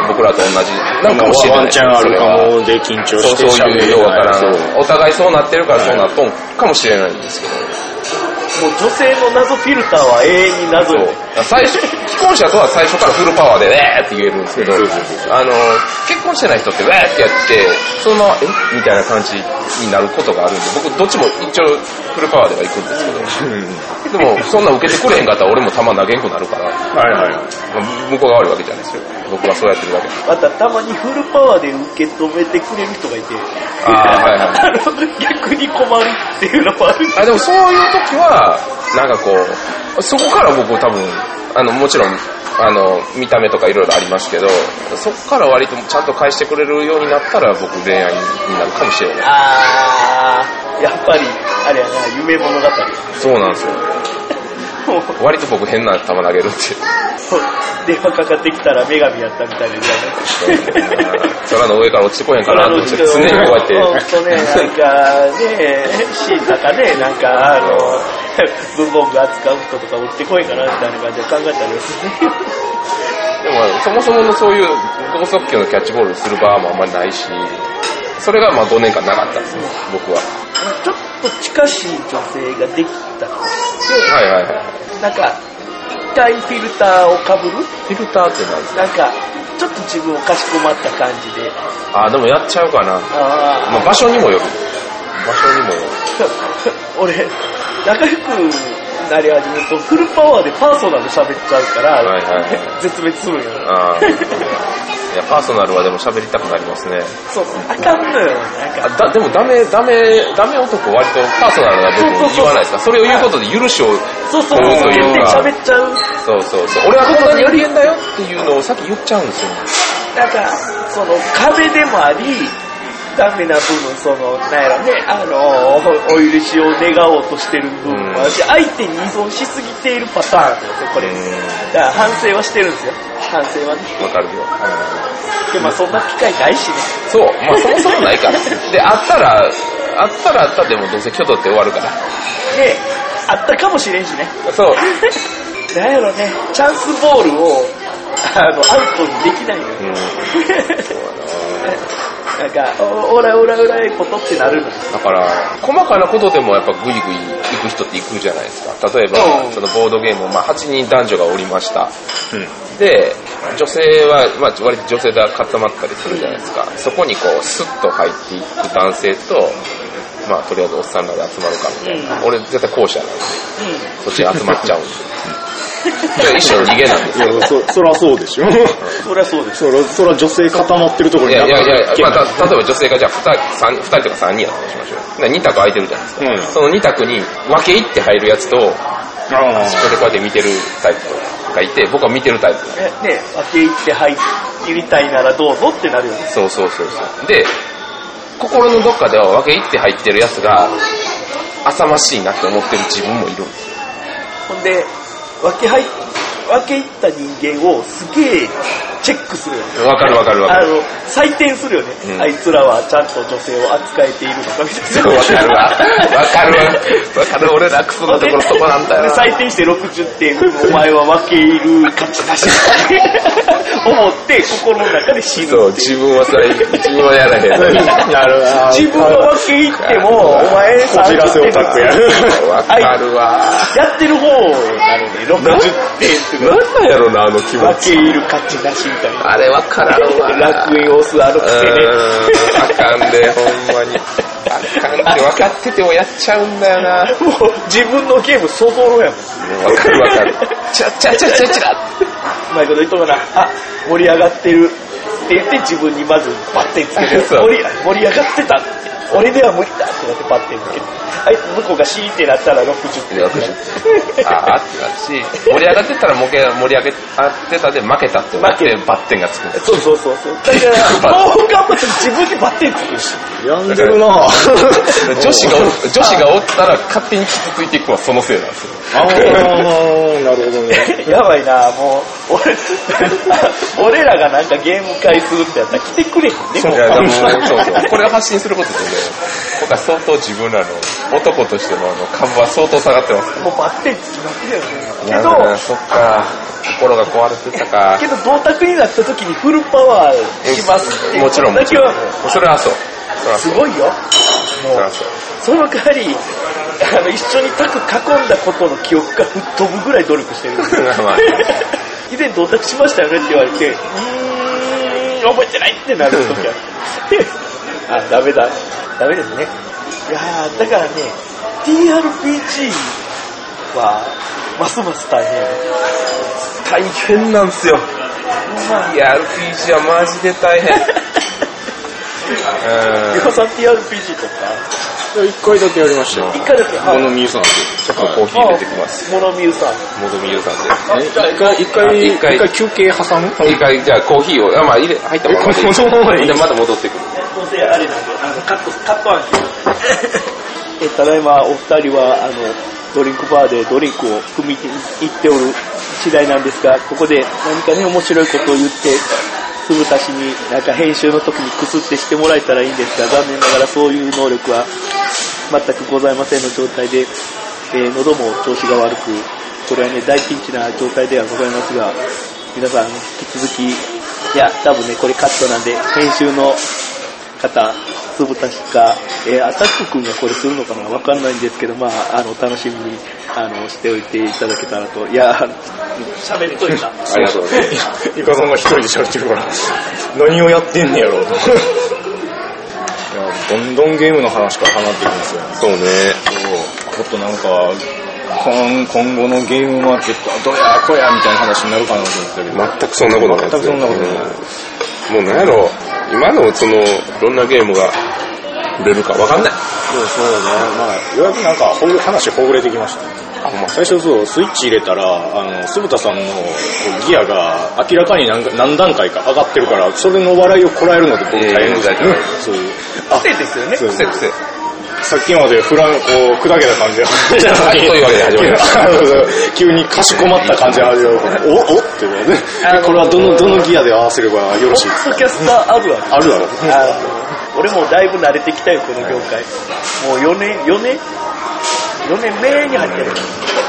僕らと同じなんかもしれない。ワンチャンあるかもで緊張してそういうようわからん。お互いそうなってるからそうなっとんかもしれないんですけど。 もう女性の謎フィルターは永遠に謎よ。 最初既婚者とは最初からフルパワーでウェーって言えるんですけど、あの結婚してない人ってウェーってやってそのままえみたいな感じになることがあるんで、僕どっちも一応フルパワーでは行くんですけど、でもそんな受けてくれへんかったら俺も球投げんくなるから、はいはい、向こうが悪いわけじゃないですよ。僕はそうやってるだけ。 またたまにフルパワーで受け止めてくれる人がいて、 あはいはい、 あの逆に困るっていうのもある。 あでもそういう時はなんかこうそこから僕多分あのもちろんあの見た目とかいろいろありますけど、そこから割とちゃんと返してくれるようになったら僕恋愛になるかもしれない。 あーやっぱりあれやな夢物語。 そうなんですよ。割と僕変な球投げるって電話かかってきたら女神やったみたいなじゃない空の上から落ちてこへんかなと思って常にこうやってほんとねなんかねシータかねなんかあの文房具扱う人とか落ちてこへんかなみたいな感じで考えたりするね。 でもそもそものそういう剛速球のキャッチボールする場もあんまりないし、それがまあごねんかんなかったんですよ僕は。 ちょっと近しい女性ができたので、 はいはいはい、 なんか一回フィルターをかぶる。 フィルターって何ですか？ なんかちょっと自分をかしこまった感じで。 あでもやっちゃうかな。あ、まあ、場所にもよる。場所にもよる。 俺仲良くなり始めるとフルパワーでパーソナル喋っちゃうから、はいはいはい、絶滅するんよ。あいやパーソナルはでも喋りたくなりますね。 そうあかんのよ。なんかだでもダメダメダメ男割とパーソナルな部分言わないですか？それを言うことで許しをそうそうそう言って喋っちゃう。 そうそうそう。俺はこんなに人間だよっていうのをさっき言っちゃうんですよ。 なんかその壁でもありダメな部分そのなんやろねあのお許しを願おうとしてる部分もあるし、相手に依存しすぎているパターンなんですよこれ。だから反省はしてるんですよ。 男性はね。 わかるよ。 で、まあそんな機会ないしね。 そう、まあそもそもないから。で、あったら、あったらあったでもどうせ挙動って終わるから。 で、あったかもしれんしね。 そう。 なんやろね、チャンスボールを、あの、アウトにできないのよ。うん、なんか、おらおらおらいことってなるの。 だから、細かなことでもやっぱグイグイ行く人って行くじゃないですか。例えば、うん、そのボードゲーム、まあはちにん男女がおりました。うん、で、女性は、まあ割と女性で固まったりするじゃないですか。そこにこう、スッと入っていく男性と、まあとりあえずおっさんらで集まるかみたいな。うん、俺絶対後者なんで、うん、そっちに集まっちゃうんで。一緒に逃げなんですよ。 そ, そらそうでしょ。 そりゃそうでしょ。 そら、そら女性固まってるところに。 いやいやいや、まあ、た例えば女性がじゃあふたりとかさんにんやったとしましょう。に択空いてるじゃないですか。うん、そのに択に分け入って入るやつと、そこでこうやって見てるタイプがいて、僕は見てるタイプ。 え、ね、分け入って入りたいならどうぞってなるよね。 そうそうそうそう。で、心のどっかでは分け入って入ってるやつが、浅ましいなって思ってる自分もいるんですよ。 ほんで、分け入っ分け入った人間をすげえチェックするよね。 わかるわかるわかる。 あの、採点するよね、うん。あいつらはちゃんと女性を扱えているのかみたいな。 そう、わかるわ。わかるわ。わかる。俺らクソなところそこなんだよ。 採点してろくじゅってん、お前は分け入る価値なしって思って心の中で死ぬ。 そう、自分はそれ、自分はやらへん。 なるわ。自分は分け入っても、お前さんじゅってんオタクやる。 わかるわ。 やってる方なのにろくじゅってんってなんなんやろな、あの気持ち。 分け入る価値なしみたいな。 あれわからんわ。 楽園を押すあのくせね。 あかんで、ほんまに。あかんって分かっててもやっちゃうんだよな。 もう自分のゲームそぞろやもん。 わかるわかる。チラチラチラチラチラ。 うまいこと言っとるな。あ、盛り上がってるって言って自分にまずバッテンつけて盛り、盛り上がってた。俺では無理だってなってバッテンつけて。はい、向こうがシーってなったらろくじゅってん。 ろくじゅってん。ああってなるし、盛り上がってたら盛り上げってたで負けたって思ってバッテンがつく。 そうそうそうそう。だからもう頑張って自分にバッテンつくし。 やんでるなぁ。女子が女子がおったら勝手に傷ついていくのはそのせいなんですよ。 ああ、なるほどね。 やばいなもう俺俺らがなんかゲーム会するってやったら来てくれへんね。 そうそうそう。これを発信することでね、僕は相当自分らの男としてのあの株は相当下がってます。 もうバッテンつきまくりだよね。 けど、そっか、心が壊れてたか。 けど同卓になった時にフルパワーしますっていう。 もちろんもちろん。それはそう。 すごいよ。もうその代わりあの一緒に卓囲んだことの記憶が吹っ飛ぶぐらい努力してるんですよ。以前同卓しましたよねって言われて、うーん覚えてないってなる時はあ、ダメだダメですね。いやーだからね ティーアールピージー はますます大変。 大変なんですよ。まあ、ティーアールピージー はマジで大変。 リコさん ティーアールピージー とか一回だけやりましたよ。 一回だけ。 モノミユさんで。 ちょっとコーヒー入れてきます。 モノミユさん。 モノミユさんで。 一回、一回、一回休憩挟む一回、じゃあコーヒーを、あ、まあ入れ、入ったままでいい。 そのままでいい。 で、また戻ってくる。 どうせあれなんで、あの、カット、カット案件。え、ただいまお二人は、あの、ドリンクバーでドリンクを組み入っておる次第なんですが、ここで何かね、面白いことを言って、すぐたしになんか編集の時にクスってしてもらえたらいいんですが、残念ながらそういう能力は全くございませんの状態で、えー、喉も調子が悪く、これはね大ピンチな状態ではございますが、皆さん引き続き、いや多分ねこれカットなんで編集の方、つぶたしか、えー、アタック君がこれするのかなわかんないんですけど、まああの楽しみにあのしておいていただけたらと。いや喋っといた。 ありがとうございます。 イカさんが一人で喋ってるから何をやってんねやろうと。いやどんどんゲームの話から離れていくんですよね。 そうね。 そう。もっとなんか今, 今後のゲームマーケットはどやこやみたいな話になるかなと思ってたけど、 全くそんなことないですよ。 全くそんなことない。 もうなんやろう、今のそのどんなゲームが売れるかわかんない。 そうそうね。まあようやくなんかほぐ話ほぐれてきましたね。あ、まあ、最初そうスイッチ入れたらあの鈴田さんのギアが明らかに 何, 何段階か上がってるから、それの笑いをこらえるので僕大変でしたね。 そういう癖ですよね。 癖癖。 さっきまでフランこう砕けた感じでそういうわけで始まりました急にかしこまった感じで始まるおおってねこれはどのどのギアで合わせればよろしいですか。 ポッドキャスターあるあるあるあるあの俺もだいぶ慣れてきたよこの業界。もうよねんよねんよねんめに入ってる。よねんよねん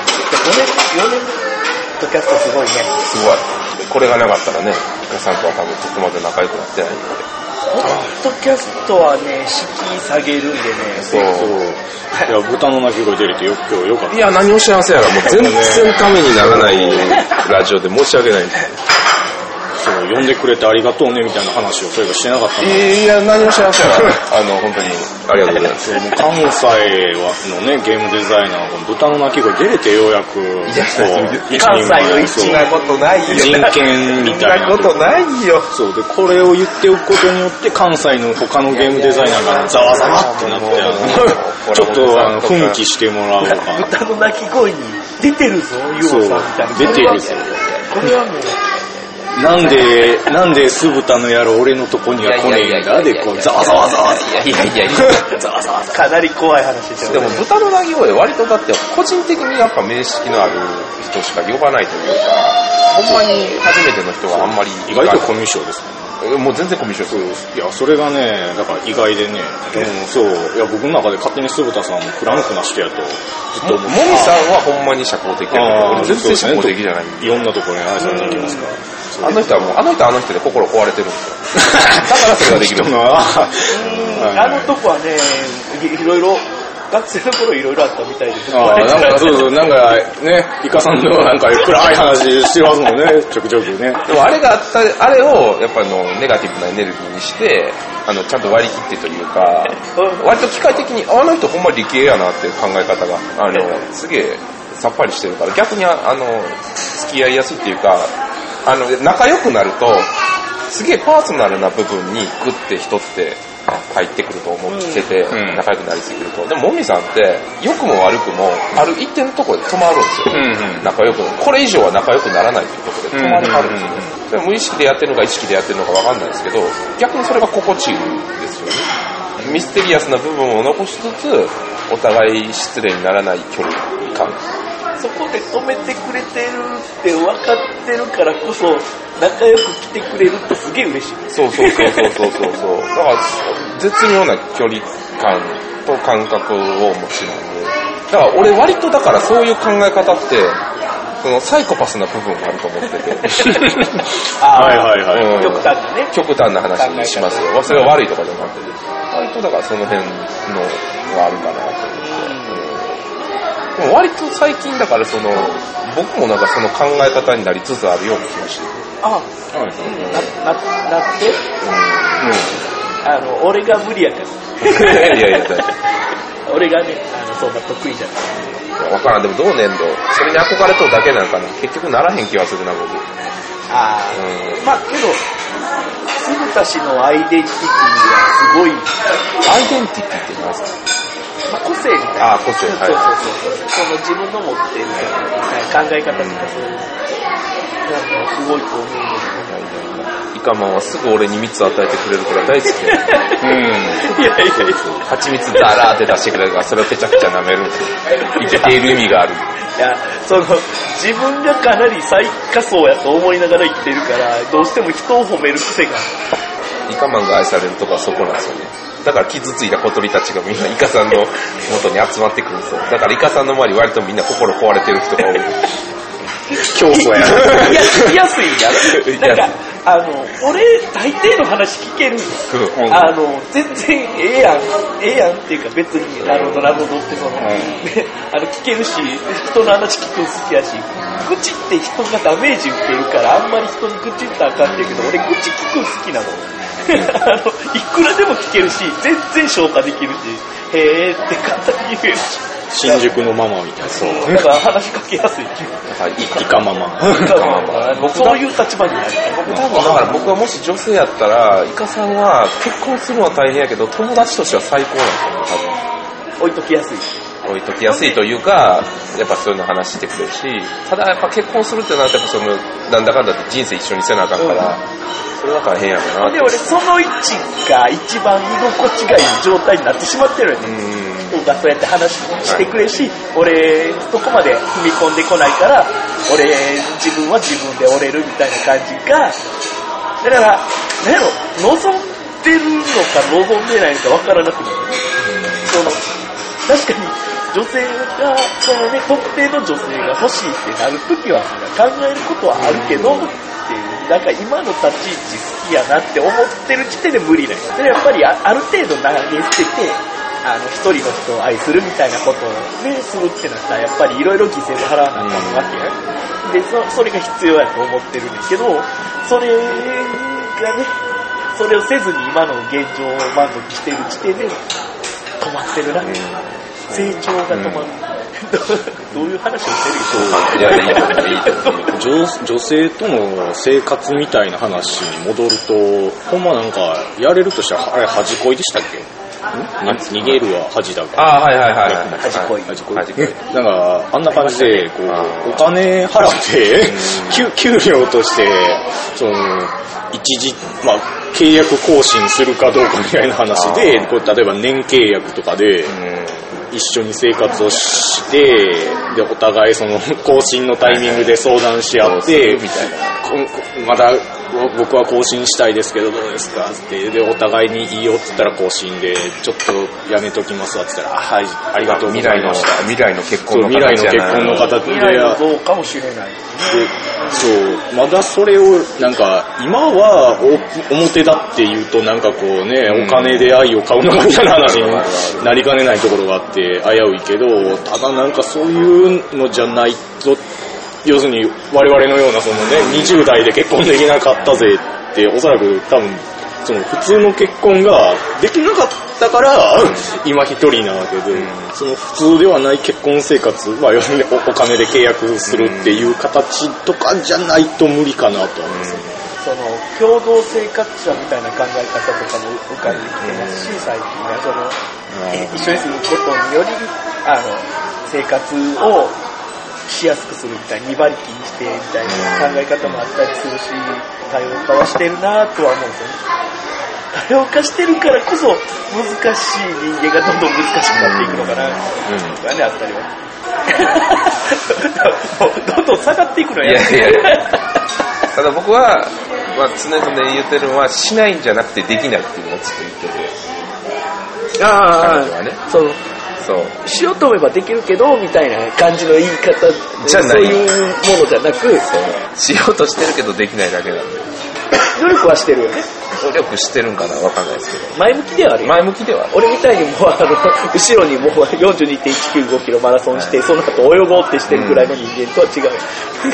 ポッドキャストすごいね。 すごい。これがなかったらね、イカさんとは多分ここまで仲良くなってないので。 ポッドキャストはね、敷居下げるんでね。 そう。いや、豚の鳴き声出れてよ今日よかった。 いや、何を幸せやら、もう全然ためにならないラジオで申し訳ないんで。 そう、呼んでくれてありがとうねみたいな話をそういえばしてなかったの。 いや、何を幸せやら、あの、本当にありがとうございます。 関西のね、ゲームデザイナー、この豚の鳴き声出れてようやく、 関西の一そんなことないよ。 人権みたいな。 そんなことないよ。 そうで、これを言っておくことによって、関西の他のゲームデザイナーがざわざわってなって、ちょっとあの奮起してもらおうか。 豚の鳴き声に出てるぞ、ユウさんみたいな。 出てるぞ。 これはもう、 なんで、なんで酢豚の野郎俺のとこには来ねえんだで、こう、ざわざわざわ。 いやいやいや、 ざわざわかなり怖い話ですよね。 でも豚の鳴き声割とだって個人的にやっぱ面識のある人しか呼ばないというか、ほんまに初めての人はあんまり意外とコミュ障ですね。 もう全然コミュ障です。 いや、それがね、だから意外でね、うん、そう、いや、僕の中で勝手に酢豚さんもフランクな人やとずっと思って。 もみさんはほんまに社交的やけど、俺全然社交的じゃない。 いろんなところに愛されていきますから。 あの人はもう、あの人はあの人で心壊れてるんですよ。だからそれができる。 あのとこはね、いろいろ、学生の頃いろいろあったみたいです。 ああ、なんかそうそう、なんかね、イカさんのなんか暗い話してますもんね、ちょくちょくね。 でもあれがあった、あれをやっぱりのネガティブなエネルギーにして、あの、ちゃんと割り切ってというか、割と機械的に、あの人ほんま理系やなっていう考え方が、あの、すげえさっぱりしてるから、逆にあの、付き合いやすいっていうか、あの、仲良くなると、すげえパーソナルな部分にグッて人って入ってくると思ってて、うん、仲良くなりすぎると。でももみさんって良くも悪くもある一定のところで止まるんですよ、うんうん、仲良くこれ以上は仲良くならないというところで止まりはるんですよね、うんうんうん、無意識でやってるのか意識でやってるのか分かんないですけど、逆にそれが心地いいんですよね。ミステリアスな部分を残しつつお互い失礼にならない距離感、 そこで止めてくれてるって分かってるからこそ仲良く来てくれるってすげえ嬉しい。 そうそうそうそうそうそうそうだから絶妙な距離感と感覚をお持ちなんで、だから俺割とだからそういう考え方ってそのサイコパスな部分があると思っててあはいはいはい、 うん、極端なね極端な話にしますよ。それが悪いとかじゃなくて割とだからその辺のがあるかなと思って、うん、でも割と最近だからその僕もなんかその考え方になりつつあるような気がしてる。 ああ、はい、な、な、なって、うん、あの、俺が無理やから。 いやいや、大丈夫。俺がね、あの、そんな得意じゃない。 わからん、でも同年度、それに憧れとるだけなんかな。結局ならへん気はするな、僕。 ああ、うん、まあけど、鈴田氏のアイデンティティはすごい。 アイデンティティって何ですか？ まあ、個性みたいな。 ああ、個性、はい。 そうそうそう。その自分の持っている考え方とかそういう。すごいと思うんですよ。 イカマンはすぐ俺にみっつ与えてくれるから大好きや。うん。いやいやいや。蜂蜜ザラーって出してくれるからそれをぺちゃくちゃ舐めるんですよ。生きている意味がある。 いや、その、自分がかなり最下層やと思いながら生きてるから、どうしても人を褒める癖が。 イカマンが愛されるとこはそこなんですよね。だから傷ついた小鳥たちがみんなイカさんの元に集まってくるんですよ。だからイカさんの周り割とみんな心壊れてる人が多い。 競争やな。 いや、聞きやすいんだ。なんか、あの、俺、大抵の話聞けるんです。うん、あの、全然ええやん、ええやんっていうか別に、なるほど、なるほどってその、うん、あの、聞けるし、人の話聞くの好きやし、愚痴って人がダメージ受けるから、あんまり人に愚痴ったらあかんって言うけど、俺愚痴聞くの好きなの。あの、いくらでも聞けるし、全然消化できるし、へーって簡単に言えるし。 新宿のママみたいな。 そう。だから話しかけやすい。 イカママ。 イカママ。僕そういう立場になりたい。 僕多分だから僕はもし女性やったら、イカさんは結婚するのは大変やけど、友達としては最高なんですよね、多分。 置いときやすい。 置いときやすいというか、やっぱそういうの話してくれるし、ただやっぱ結婚するってなるとやっぱその、なんだかんだって人生一緒にせなあかんから、うん、それは大変やろなって。 で、俺その位置が一番居心地がいい状態になってしまってるよね。 がそうやって話してくれるし、俺そこまで踏み込んでこないから俺自分は自分で折れるみたいな感じが、だから何やろ、望んでるのか望んでないのか分からなくなる。その確かに女性がそのね、特定の女性が欲しいってなるときは考えることはあるけどっていう、なんか今の立ち位置好きやなって思ってる時点で無理なんです。でやっぱり あ, ある程度投げ捨てて、あの一人の人を愛するみたいなことをねするってなったらやっぱりいろいろ犠牲を払わなあかんわけや、うん、で そ, それが必要やと思ってるんですけど、それがね、それをせずに今の現状を満足している時点で止まってるな、うん、成長が止まる、うん、どういう話をしてるんでしょうか。いやいやいや女, 女性との生活みたいな話に戻ると、ほんまなんかやれるとしたらあれ恥恋でしたっけ？逃げるは恥だから。 ああ、はいはいはい。 恥恋。 恥恋。なんか、あんな感じで、こう、お金払って、給料として、その、一時、まあ、契約更新するかどうかみたいな話で、こう例えば年契約とかで、一緒に生活をして、で、お互いその、更新のタイミングで相談し合って、みたいな。まだ、僕は更新したいですけどどうですかって、でお互いにいいよって言ったら更新でちょっとやめときますわって言ったら、あ、はい、ありがとうございました。 未来の結婚の形じゃない。未来の結婚の形で、 未来のどうかもしれない。で、 そうまだそれをなんか今は表だって言うとなんかこうね、うん、お金で愛を買うのかみたいな話になりかねないところがあって危ういけど、ただなんかそういうのじゃないと。要するに我々のようなそのねにじゅう代で結婚できなかったぜっておそらく多分その普通の結婚ができなかったから今一人なわけで、その普通ではない結婚生活、まあ要するにお金で契約するっていう形とかじゃないと無理かなと思いますね。 その共同生活者みたいな考え方とかも浮かんできてますし、最近はその一緒に住むことによりあの生活をしやすくするみたいにに馬力にしてみたいな考え方もあったりするし、多様化はしてるなとは思うんですよね。多様化してるからこそ難しい人間がどんどん難しくなっていくのかな、うん、がねあったりはどんどん下がっていくのや。 いやいやただ僕は、まあ、常々言ってるのはしないんじゃなくてできないっていうのをずっと言ってて、 ああ、ね、そのそうしようと思えばできるけどみたいな感じの言い方じゃない、そういうものじゃなく、そうしようとしてるけどできないだけなんで努力はしてるよね。 努力してるんかなわかんないですけど前向きではあるよ。 前向きではある。 俺みたいにもうあの後ろにもう よんじゅうにてんいちきゅうご キロマラソンして、はい、その後泳ごうってしてるぐらいの人間とは違う、うん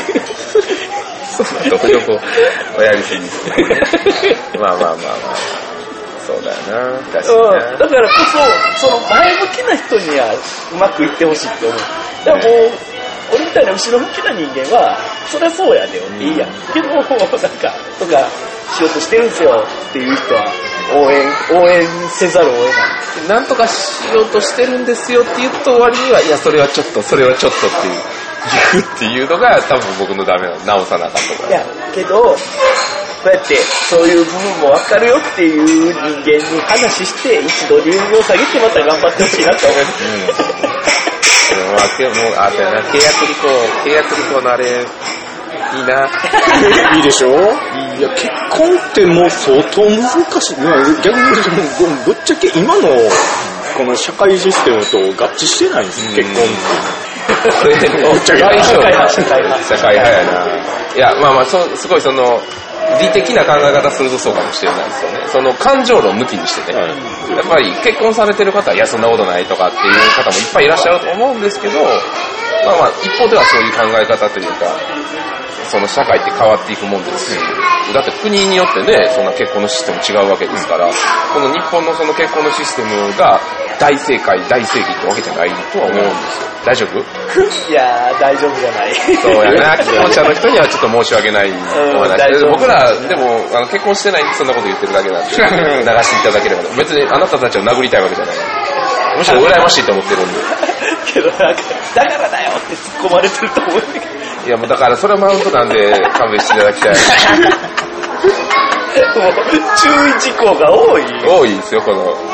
そんな努力をやりすぎですねまあまあまあまあそうだよな、確かにな、 うん、だからこそその前向きな人にはうまくいってほしいって思う。だからもう、ね、俺みたいな後ろ向きな人間はそりゃそうやでよっていいやん、うん、けどなんかとかしようとしてるんですよっていう人は応援応援せざるを得ない。 なんとかしようとしてるんですよって言うと終わりには、いやそれはちょっとそれはちょっとっていう言うっていうのが多分僕のダメなの、直さなかったから。 いやけどこうやってそういう部分も分かるよっていう人間に話して一度流入を下げてまた頑張ってほしいなと思います、 うん、でもまあもうあったよな、契約履行契約履行のあれいいないいでしょ。いや結婚ってもう相当難しい。逆にぶっちゃけ今のこの社会システムと合致してないんです、うん、結婚ってこれぶっちゃけ社会派社会派やな。いやまあまあそすごいその理的な考え方するとそうかもしれないですよね。その感情論抜きにしてね、はい、やっぱり結婚されてる方はいやそんなことないとかっていう方もいっぱいいらっしゃると思うんですけど、まあまあ一方ではそういう考え方というかその社会って変わっていくもんですし、だって国によってねそんな結婚のシステム違うわけですから、この日本のその結婚のシステムが大正解大正義ってわけじゃないとは思うんですよ。大丈夫？ いやー大丈夫じゃない。 そうやな、既婚者の人にはちょっと申し訳ないお話で、僕らでもあの結婚してないんでそんなこと言ってるだけなんで流していただければ、別にあなたたちを殴りたいわけじゃない、むしろ羨ましいと思ってるんでけどなんかだからだよって突っ込まれてると思うんだけど、 いやもうだからそれはマウントなんで勘弁していただきたいもう注意事項が多い多いですよこの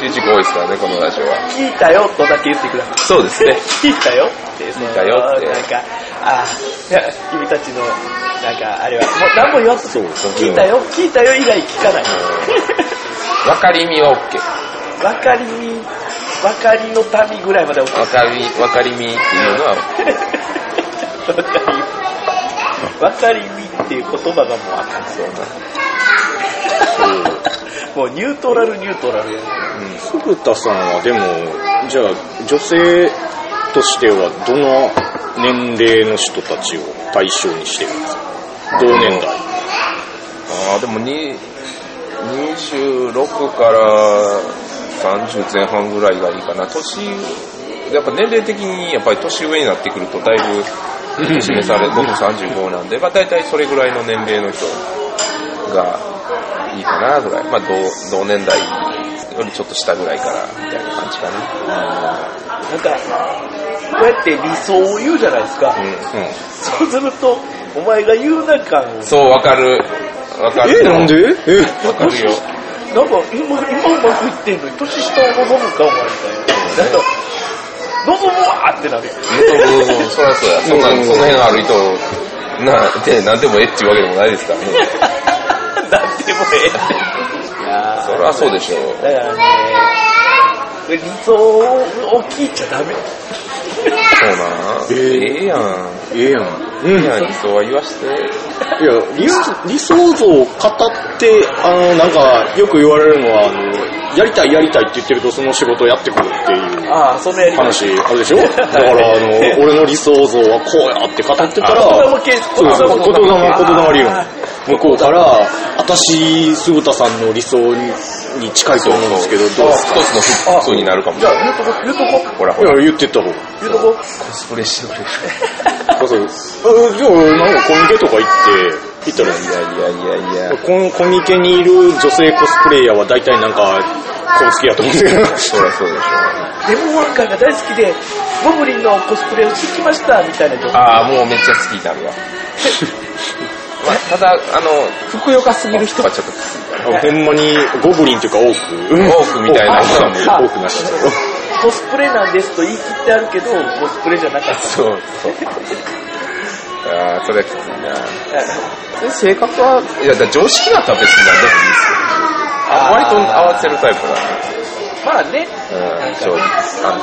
注事項多いですからね、このラジオは。 聞いたよとだけ言ってください。 そうですね。 聞いたよって、 聞いたよって。 なんか、あいや君たちの、なんか、あれは、もう何も言わず、そう聞いたよ、聞いたよ以外聞かない。 わかりみは OK。 わかりみ、わかりの民ぐらいまで OK。 わかり、わかりみっていうのは OK。わかりみ。わかりみっていう言葉がもうあかんそうな。もうニュートラルニュートラルやね。 すぐたさんはでも、じゃあ女性としてはどの年齢の人たちを対象にしてるんですか？同年代。 ああ、でもににじゅうろくからさんじゅうぜん半ぐらいがいいかな。年、やっぱ年齢的にやっぱり年上になってくるとだいぶ示され、僕さんじゅうごなんで、まあ大体それぐらいの年齢の人がいいかなぐらい。まあ同、同年代よりちょっと下ぐらいからみたいな感じかな。 なんか、こうやって理想を言うじゃないですか。うんうん、そうすると、お前が言うな感を。 そう、わかる。わかる。 え、なんで？え、 わかるよ。 なんか、今、今うまくいってんのに、年下を望むか、お前みたいな。なんか、望むわーってなる。 望む、そりゃそうや。そんな、その辺歩いと、な、で、なんでもええっていうわけでもないですからね。 なんでもええって。いやそりゃそうでしょう。 だからね、理想を聞いちゃダメ。 そうなぁ。ええやん。 ええやん。 ええやん、理想は言わして。 いや、理, 理想像を語って、あの、なんか、よく言われるのは、あの、やりたいやりたいって言ってるとその仕事をやってくるっていうああ、そのやり話あるでしょ？だから、あの、俺の理想像はこうやって語ってたら、 言霊系、 そうです、言霊、言霊理論。向こうから、私、すぐたさんの理想に近いと思うんですけど、どうですか？ 一つのフックになるかもしれない。 じゃあ、言うとこ、言うとこ。 ほらほら。 いや、言ってった方が。 言うとこ。 コスプレしてくれる。 そうそう。じゃあ、なんかコミケとか行って、行ったらいい。 いやいやいやいや。 ココミケにいる女性コスプレイヤーは大体なんか、こう好きやと思うんですけど。 そりゃそうでしょ。 デモワンカーが大好きで、モブリンのコスプレをしてきました、みたいな状況。 ああ、もうめっちゃ好きになるわ。まあ、ただ、あの、ふくよかすぎる人はちょっときついから。 ほんまにゴブリンというかオーク、 うん、オークみたいな人が多くなっちゃったよ。 コスプレなんですと言い切ってあるけど、コスプレじゃなかった。 そうそう。ああ、それはきついな。性格は、いや、だ常識だったら別に何でもいいですよ。割と合わせるタイプなんで。 まあね。 うん、そう。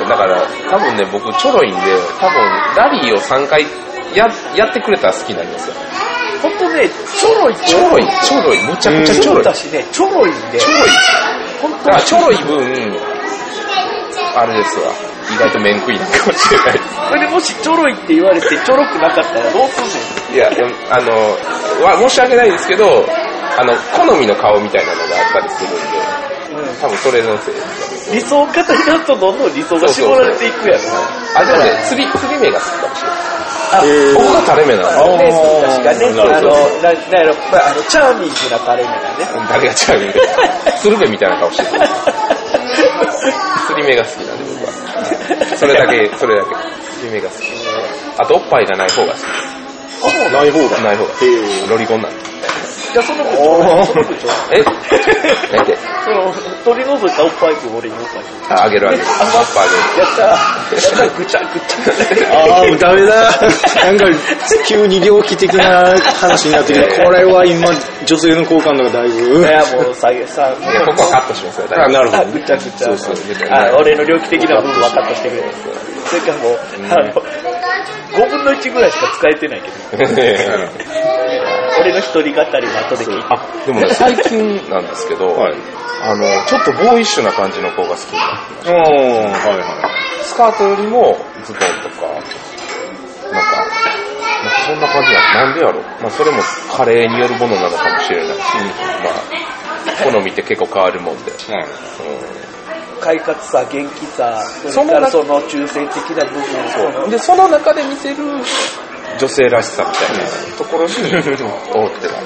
だから、多分ね、僕ちょろいんで、多分ラリーをさんかいや、やってくれたら好きになりますよ。 ほんとね、ちょろい、 ちょろい、ちょろい、むちゃくちゃちょろい。 だしね、ちょろいんで。 ちょろい。ほんとだからちょろい分、あれですわ。意外と面食いなかもしれないです。 それでもしちょろいって言われてちょろくなかったらどうすんねん。 いや、あの、申し訳ないですけど、あの、好みの顔みたいなのがあったりするんで、うん、多分それのせいです。 理想型になるとどんどん理想が絞られていくやろ。 あ、でもね、釣り、釣り目が好きかもしれない。 あ、 えー、ここが垂れ目なのね、確かね、あの、な、なんやろ、まあ、あの、チャーミングな垂れ目だね。 誰がチャーミング鶴瓶みたいな顔してる。釣り目が好きなんで僕は。それだけ、それだけ。釣り目が好き。あとおっぱいがない方が好き。 あ、ない方がない方が。ロリコンなんで。 じゃあその部長、その部長。 えなんてその、取り除いたおっぱいくん俺におっぱいくん。 あ、あげるあげる。 あ、おっぱいあげる。やったー。やったー、ぐちゃぐちゃ。 あー、ダメだ。なんか、急に猟奇的な話になってきて、これは今、女性の好感度がだいぶ。 いや、もう、下げ、さ、 いや、ここはカットしますよ。 あ、なるほど。 ぐちゃぐちゃ。 そうそう。 あ、俺の猟奇的な部分はカットしてくれる。それからもう、あの、ごぶんのいちぐらいしか使えてないけど。俺の一人語りの後で聞いて。 あ、でもね、最近なんですけど、はい、あの、ちょっとボーイッシュな感じの子が好きになってました。はいはい。スカートよりもズボンとか、なんか、なんかそんな感じなの。なんでやろ。まあそれもカレーによるものなのかもしれないし、まあ、好みって結構変わるもんで。うんうん、 快活さ、元気さ、それからその中性的な部分を。で、その中で見せる女性らしさみたいなところに思ってます。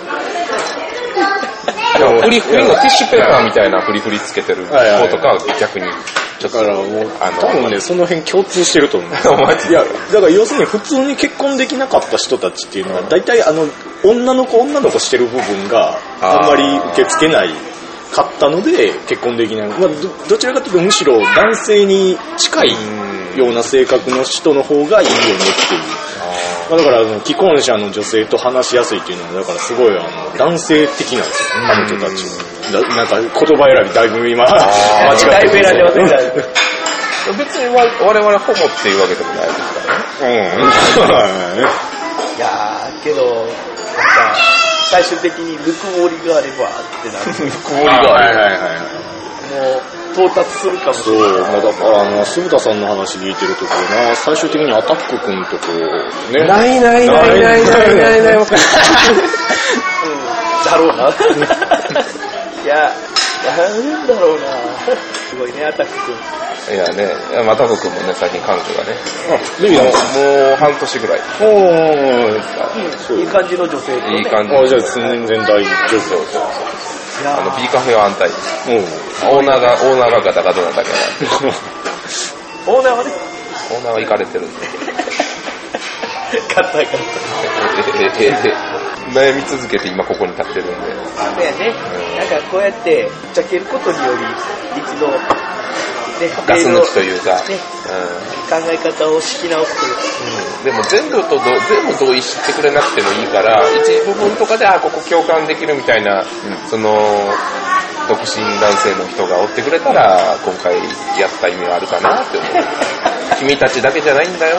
フリフリのティッシュペーパーみたいなフリフリつけてる子とかは逆にだからもうあの多分ねその辺共通してると思う。いやだから要するに普通に結婚できなかった人たちっていうのは大体あの女の子女の子してる部分があんまり受け付けないかったので結婚できない、まあ、ど, どちらかというとむしろ男性に近いような性格の人の方がいいよねっていう、まあ、だからあの既婚者の女性と話しやすいっていうのはだからすごいあの男性的なんですよ、彼女たちだなんか言葉選びだいぶ今間違ってだいぶ選んでますね別に我々ホモっていうわけでもないですからね。 うん。 いやーけどなんか最終的にぬくもりがあればってなる。ぬくもりがあれば。はいはいはいはい。もう到達するかもしれない。 そう、まあ、だからな鈴田さんの話聞いてるところな、最終的にアタック君とこうね。 ないないないないないないない。うん。 だろうな。いや。なんだろうなすごいね、アタック君。 いやね、また僕もね、最近彼女がね。 あ、でももう半年ぐらい。 おー、いい感じの女性とね。 いい感じ。 あ、じゃあ全然大丈夫。 あの、B カフェは安泰。うん。オーナーが、オーナーがガタガタなだけな。 オーナーはね。 オーナーは行かれてるんで。 ガタガタ。 悩み続けて今ここに立ってるんで。 そうやね、うん。なんかこうやってぶっちゃけることにより一度、ね、 ガス抜きというか、 ねうん、考え方を敷き直すというか、 うん。でも全部と全部同意してくれなくてもいいから、一部分とかであここ共感できるみたいな、うん、その独身男性の人がおってくれたら今回やった意味があるかなって思う。君たちだけじゃないんだよって。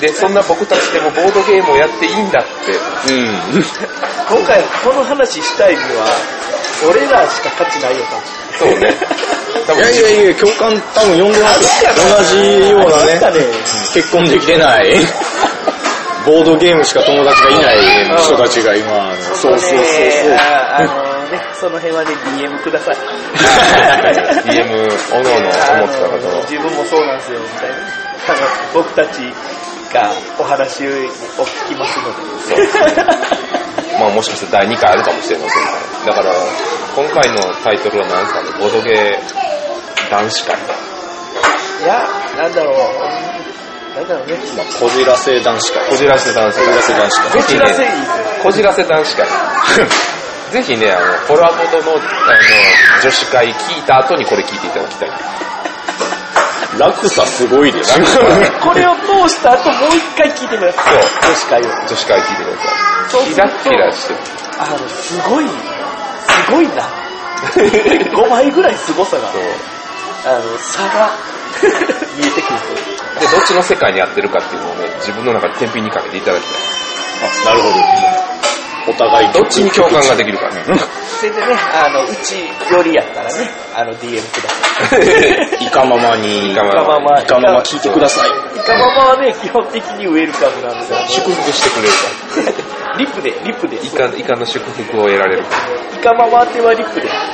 で、そんな僕たちでもボードゲームをやっていいんだって。うん。 今回この話したいには、俺らしか価値ないよな。 そうね。 多分いやいやいや、共感多分呼んでますよ。同じようなね、結婚できてない。ボードゲームしか友達がいない人たちが今、 そうそうそうそう。あのね、その辺はね、ディーエム ください。 ディーエム、おのおの思ってたこと。 自分もそうなんですよ、みたいな。あの、僕たちがお話を聞きますので。そうですね。 まあもしかしてだいにかいあるかもしれませんね。だから、今回のタイトルは何ですかね、ボードゲー男子会。 いや、なんだろう。なんだろうね。 まあ、こじらせ男子会。 こじらせ男子会。 こじらせ男子会。 こじらせいいですよ。 こじらせ男子会。ぜひね、あの、ホラボドの、あの、女子会聞いた後にこれ聞いていただきたい。 落差すごいでしょ。 これを通した後もう一回聞いてください。女子会を。 女子会聞いてください。キラッキラしてる。 あの、すごい、すごいな。ごばいぐらい凄さが、あの、差が見えてくる。 で、どっちの世界にやってるかっていうのをね、自分の中で天秤にかけていただきたい。 あ、なるほど。お互いどっちに共感ができるかね。 それでね、あの、うちよりやったらね、あの ディーエム ください。イカママに、 イカママ、 イカママ聞いてください。 イカママはね、基本的にウェルカムなんですよ。 祝福してくれるか。 リップで、リップで。 イカ、イカの祝福を得られるか。 イカママってはリップで。 ハ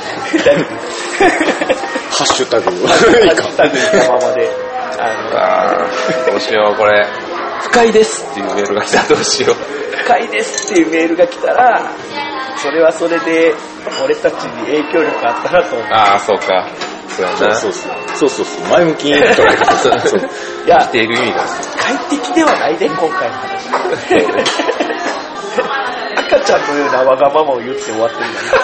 ッシュタグ。ハッシュタグイカママで。 あの、どうしよう、これ。不快ですっていうメールが来たらどうしよう。 不快ですっていうメールが来たら、それはそれで、俺たちに影響力あったなと思う。 ああ、そうか。そうやな。 そうそうそう。そうそうそう。前向きに捉え方。そうそう。 いや、生きている意味が。 快適ではないで、今回の話。赤ちゃんのようなわがままを言って終わってるんだね。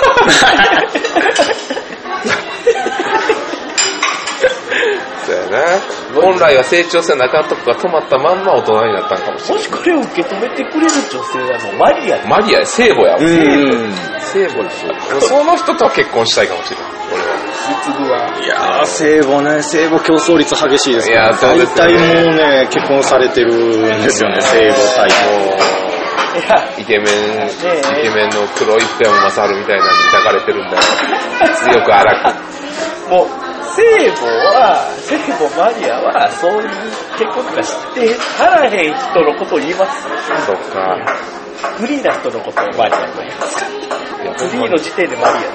そうやな。本来は成長せなあかんとこが止まったまんま大人になったんかもしれない。 もしこれを受け止めてくれる女性はもうマリアマリア、聖母や。 うん。 聖母ですよ。その人とは結婚したいかもしれない。俺は。 実は。 いやー、聖母ね、聖母競争率激しいですから、ね。 いや、そうですね。 大体もうね、結婚されてるんですよね、聖母タイプ。イケメン、イケメンの黒い福山雅治みたいなのに抱かれてるんだよ。強く荒く。 もう、聖母は、聖母マリアは、そういう結婚とかしてはらへん人のことを言います。 そっか。 フリーな人のことをマリアと言いますか。フリーの時点でマリアです。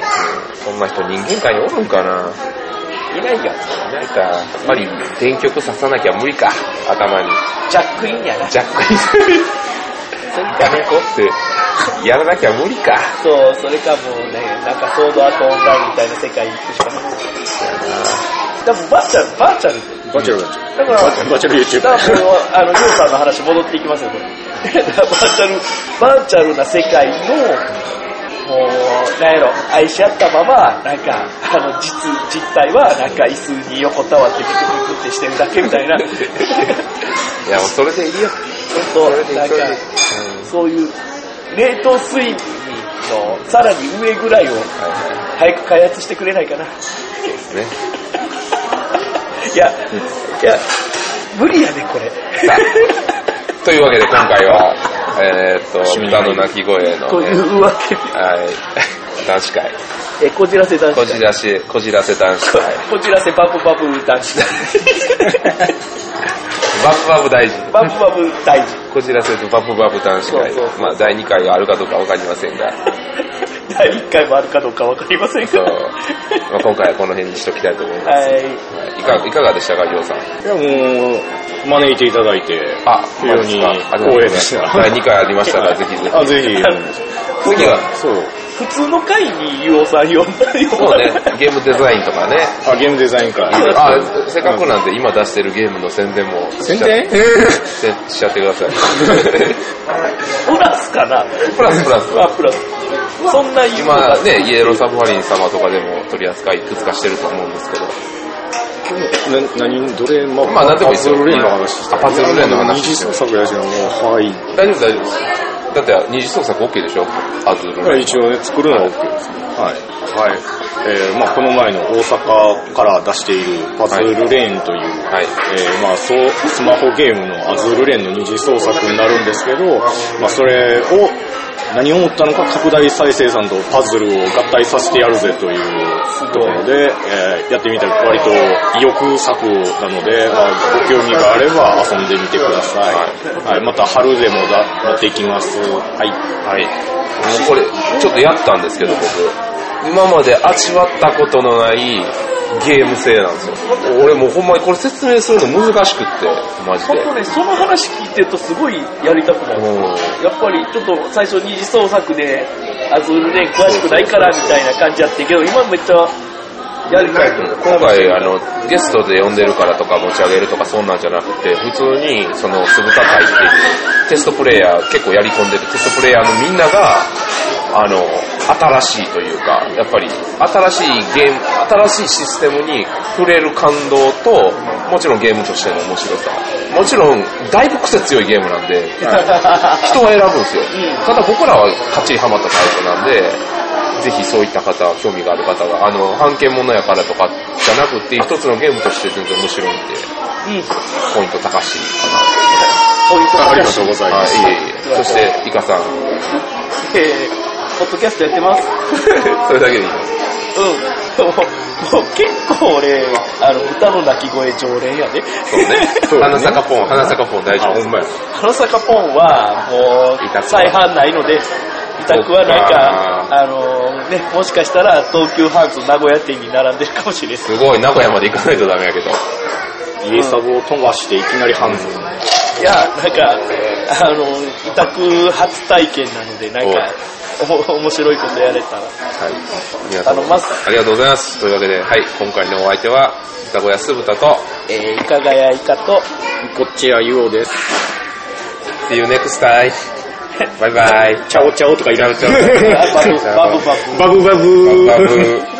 そんな人人間界におるんかな。 いないよ。いないか。やっぱり電極刺さなきゃ無理か。頭に。 ジャックインやな。 ジャックイン。それかね、こうってやらなきゃ無理か。 そう、それかもうね、なんかソードアートオンラインみたいな世界に行くしかない。でもバーチャル、バーチャルバーチャルバーチャル。 だから、 バーチャル YouTube。 だからもう、あの、リョウさんの話戻っていきますよ、これ。バーチャル、バーチャルな世界のもう、なんやろ、愛し合ったまま、なんか、あの、実、実態は、なんか、椅子に横たわってピクピクってしてるだけみたいな。いや、もうそれでいいよ。 本当なんか、うん、そういう、冷凍睡眠の、さらに上ぐらいを、早く開発してくれないかな。 そうですね。 いや、いや、無理やね、これ。 というわけで、今回は、えーっと、豚の鳴き声の、ね、 というわけで。 はい。男子会。 え、こじらせ男子会。 こじらせ、こじらせ男子会。 こじらせバブバブ男子会。 バブバブ大事。 バブバブ大事。 こじらせとバブバブ男子会。まあ、だいにかいがあるかどうかわかりませんが。 だいいっかいもあるかどうかわかりませんが。そう。 まあ、今回はこの辺にしときたいと思います。はい。はい、いかいかがでしたか、りょうさん。 いや、もう、招いていただいて、 あ、 非常に光栄でした。 だいにかいありましたら、ぜひぜひ。 あ、ぜひ。 次は、 そう。普通の回にユオさん呼んだよ。 そうね、ゲームデザインとかね。 あ、ゲームデザインか。 あ、せっかくなんで今出してるゲームの宣伝も宣伝しちゃってください。 プラスかなプラスプラス。 あ、プラス。そんな今ね、イエローサブマリン様とかでも取り扱いいくつかしてると思うんですけど。 な、何、どれ、まあ、 まあ、なんでもいいですよ。 パズルレーンの話して。 パズルレーンの話。 二次創作やしな、もう、はい。 大丈夫大丈夫です。だって二次創作 OK でしょ、パズルレーン。 一応ね、作るのは OK ですね。はい。はい。えー、まあこの前の大阪から出しているパズルレーンという、はい、えー、まあそうスマホゲームのアズールレーンの二次創作になるんですけど、まあそれを何を思ったのか拡大再生産とパズルを合体させてやるぜというところで、えー、やってみたら割と意欲作なので、まあ、ご興味があれば遊んでみてください。はい、また春でもだやっていきます。はい。はい。もうこれちょっとやったんですけど僕。今まで味わったことのないゲーム性なんですよ。俺もうほんまにこれ説明するの難しくってマジで。 本当ね、その話聞いてるとすごいやりたくなる。やっぱりちょっと最初二次創作でアズールレーン詳しくないからみたいな感じやってるけど、今めっちゃやりたい。 今回あのゲストで呼んでるからとか持ち上げるとかそんなんじゃなくて、普通にその酢豚会っていうテストプレイヤー結構やり込んでるテストプレイヤーのみんながあの新しいというか、やっぱり新しいゲーム、新しいシステムに触れる感動と、もちろんゲームとしての面白さ、もちろんだいぶ癖強いゲームなんで人は選ぶんですよ。ただ僕らはかっちりハマったタイプなんで、ぜひそういった方、興味がある方が、あの半径ものやからとかじゃなくて一つのゲームとして全然面白いんで、ポイント高しかな。 ポイント高し。 ありがとうございます。 いえいえ。そしてイカさん、 えーポッドキャストやってます。 それだけでいいの？ うん。もう、もう結構俺、あの、歌の鳴き声常連やで。 そうね。花坂ポン、花坂ポン大丈夫。ほんまや。 花坂ポンは、もう、再販ないので、委託はなんか、あのね、もしかしたら東急ハンズ名古屋店に並んでるかもしれない。 すごい、名古屋まで行かないとダメやけど。 家サブを飛ばしていきなりハンズ。 いや、なんか、あの、委託初体験なので、なんか、面白いことやれたら。はい。 ありがとうございます。ありがとうございます。というわけで、はい、今回のお相手は、イカゴヤスブタと、 えー、イカガヤイカと、 こっちはユオです。 See you next time. バイバイ。 チャオチャオとかいらん。 バブバブ。 バブバブ。バブバブ。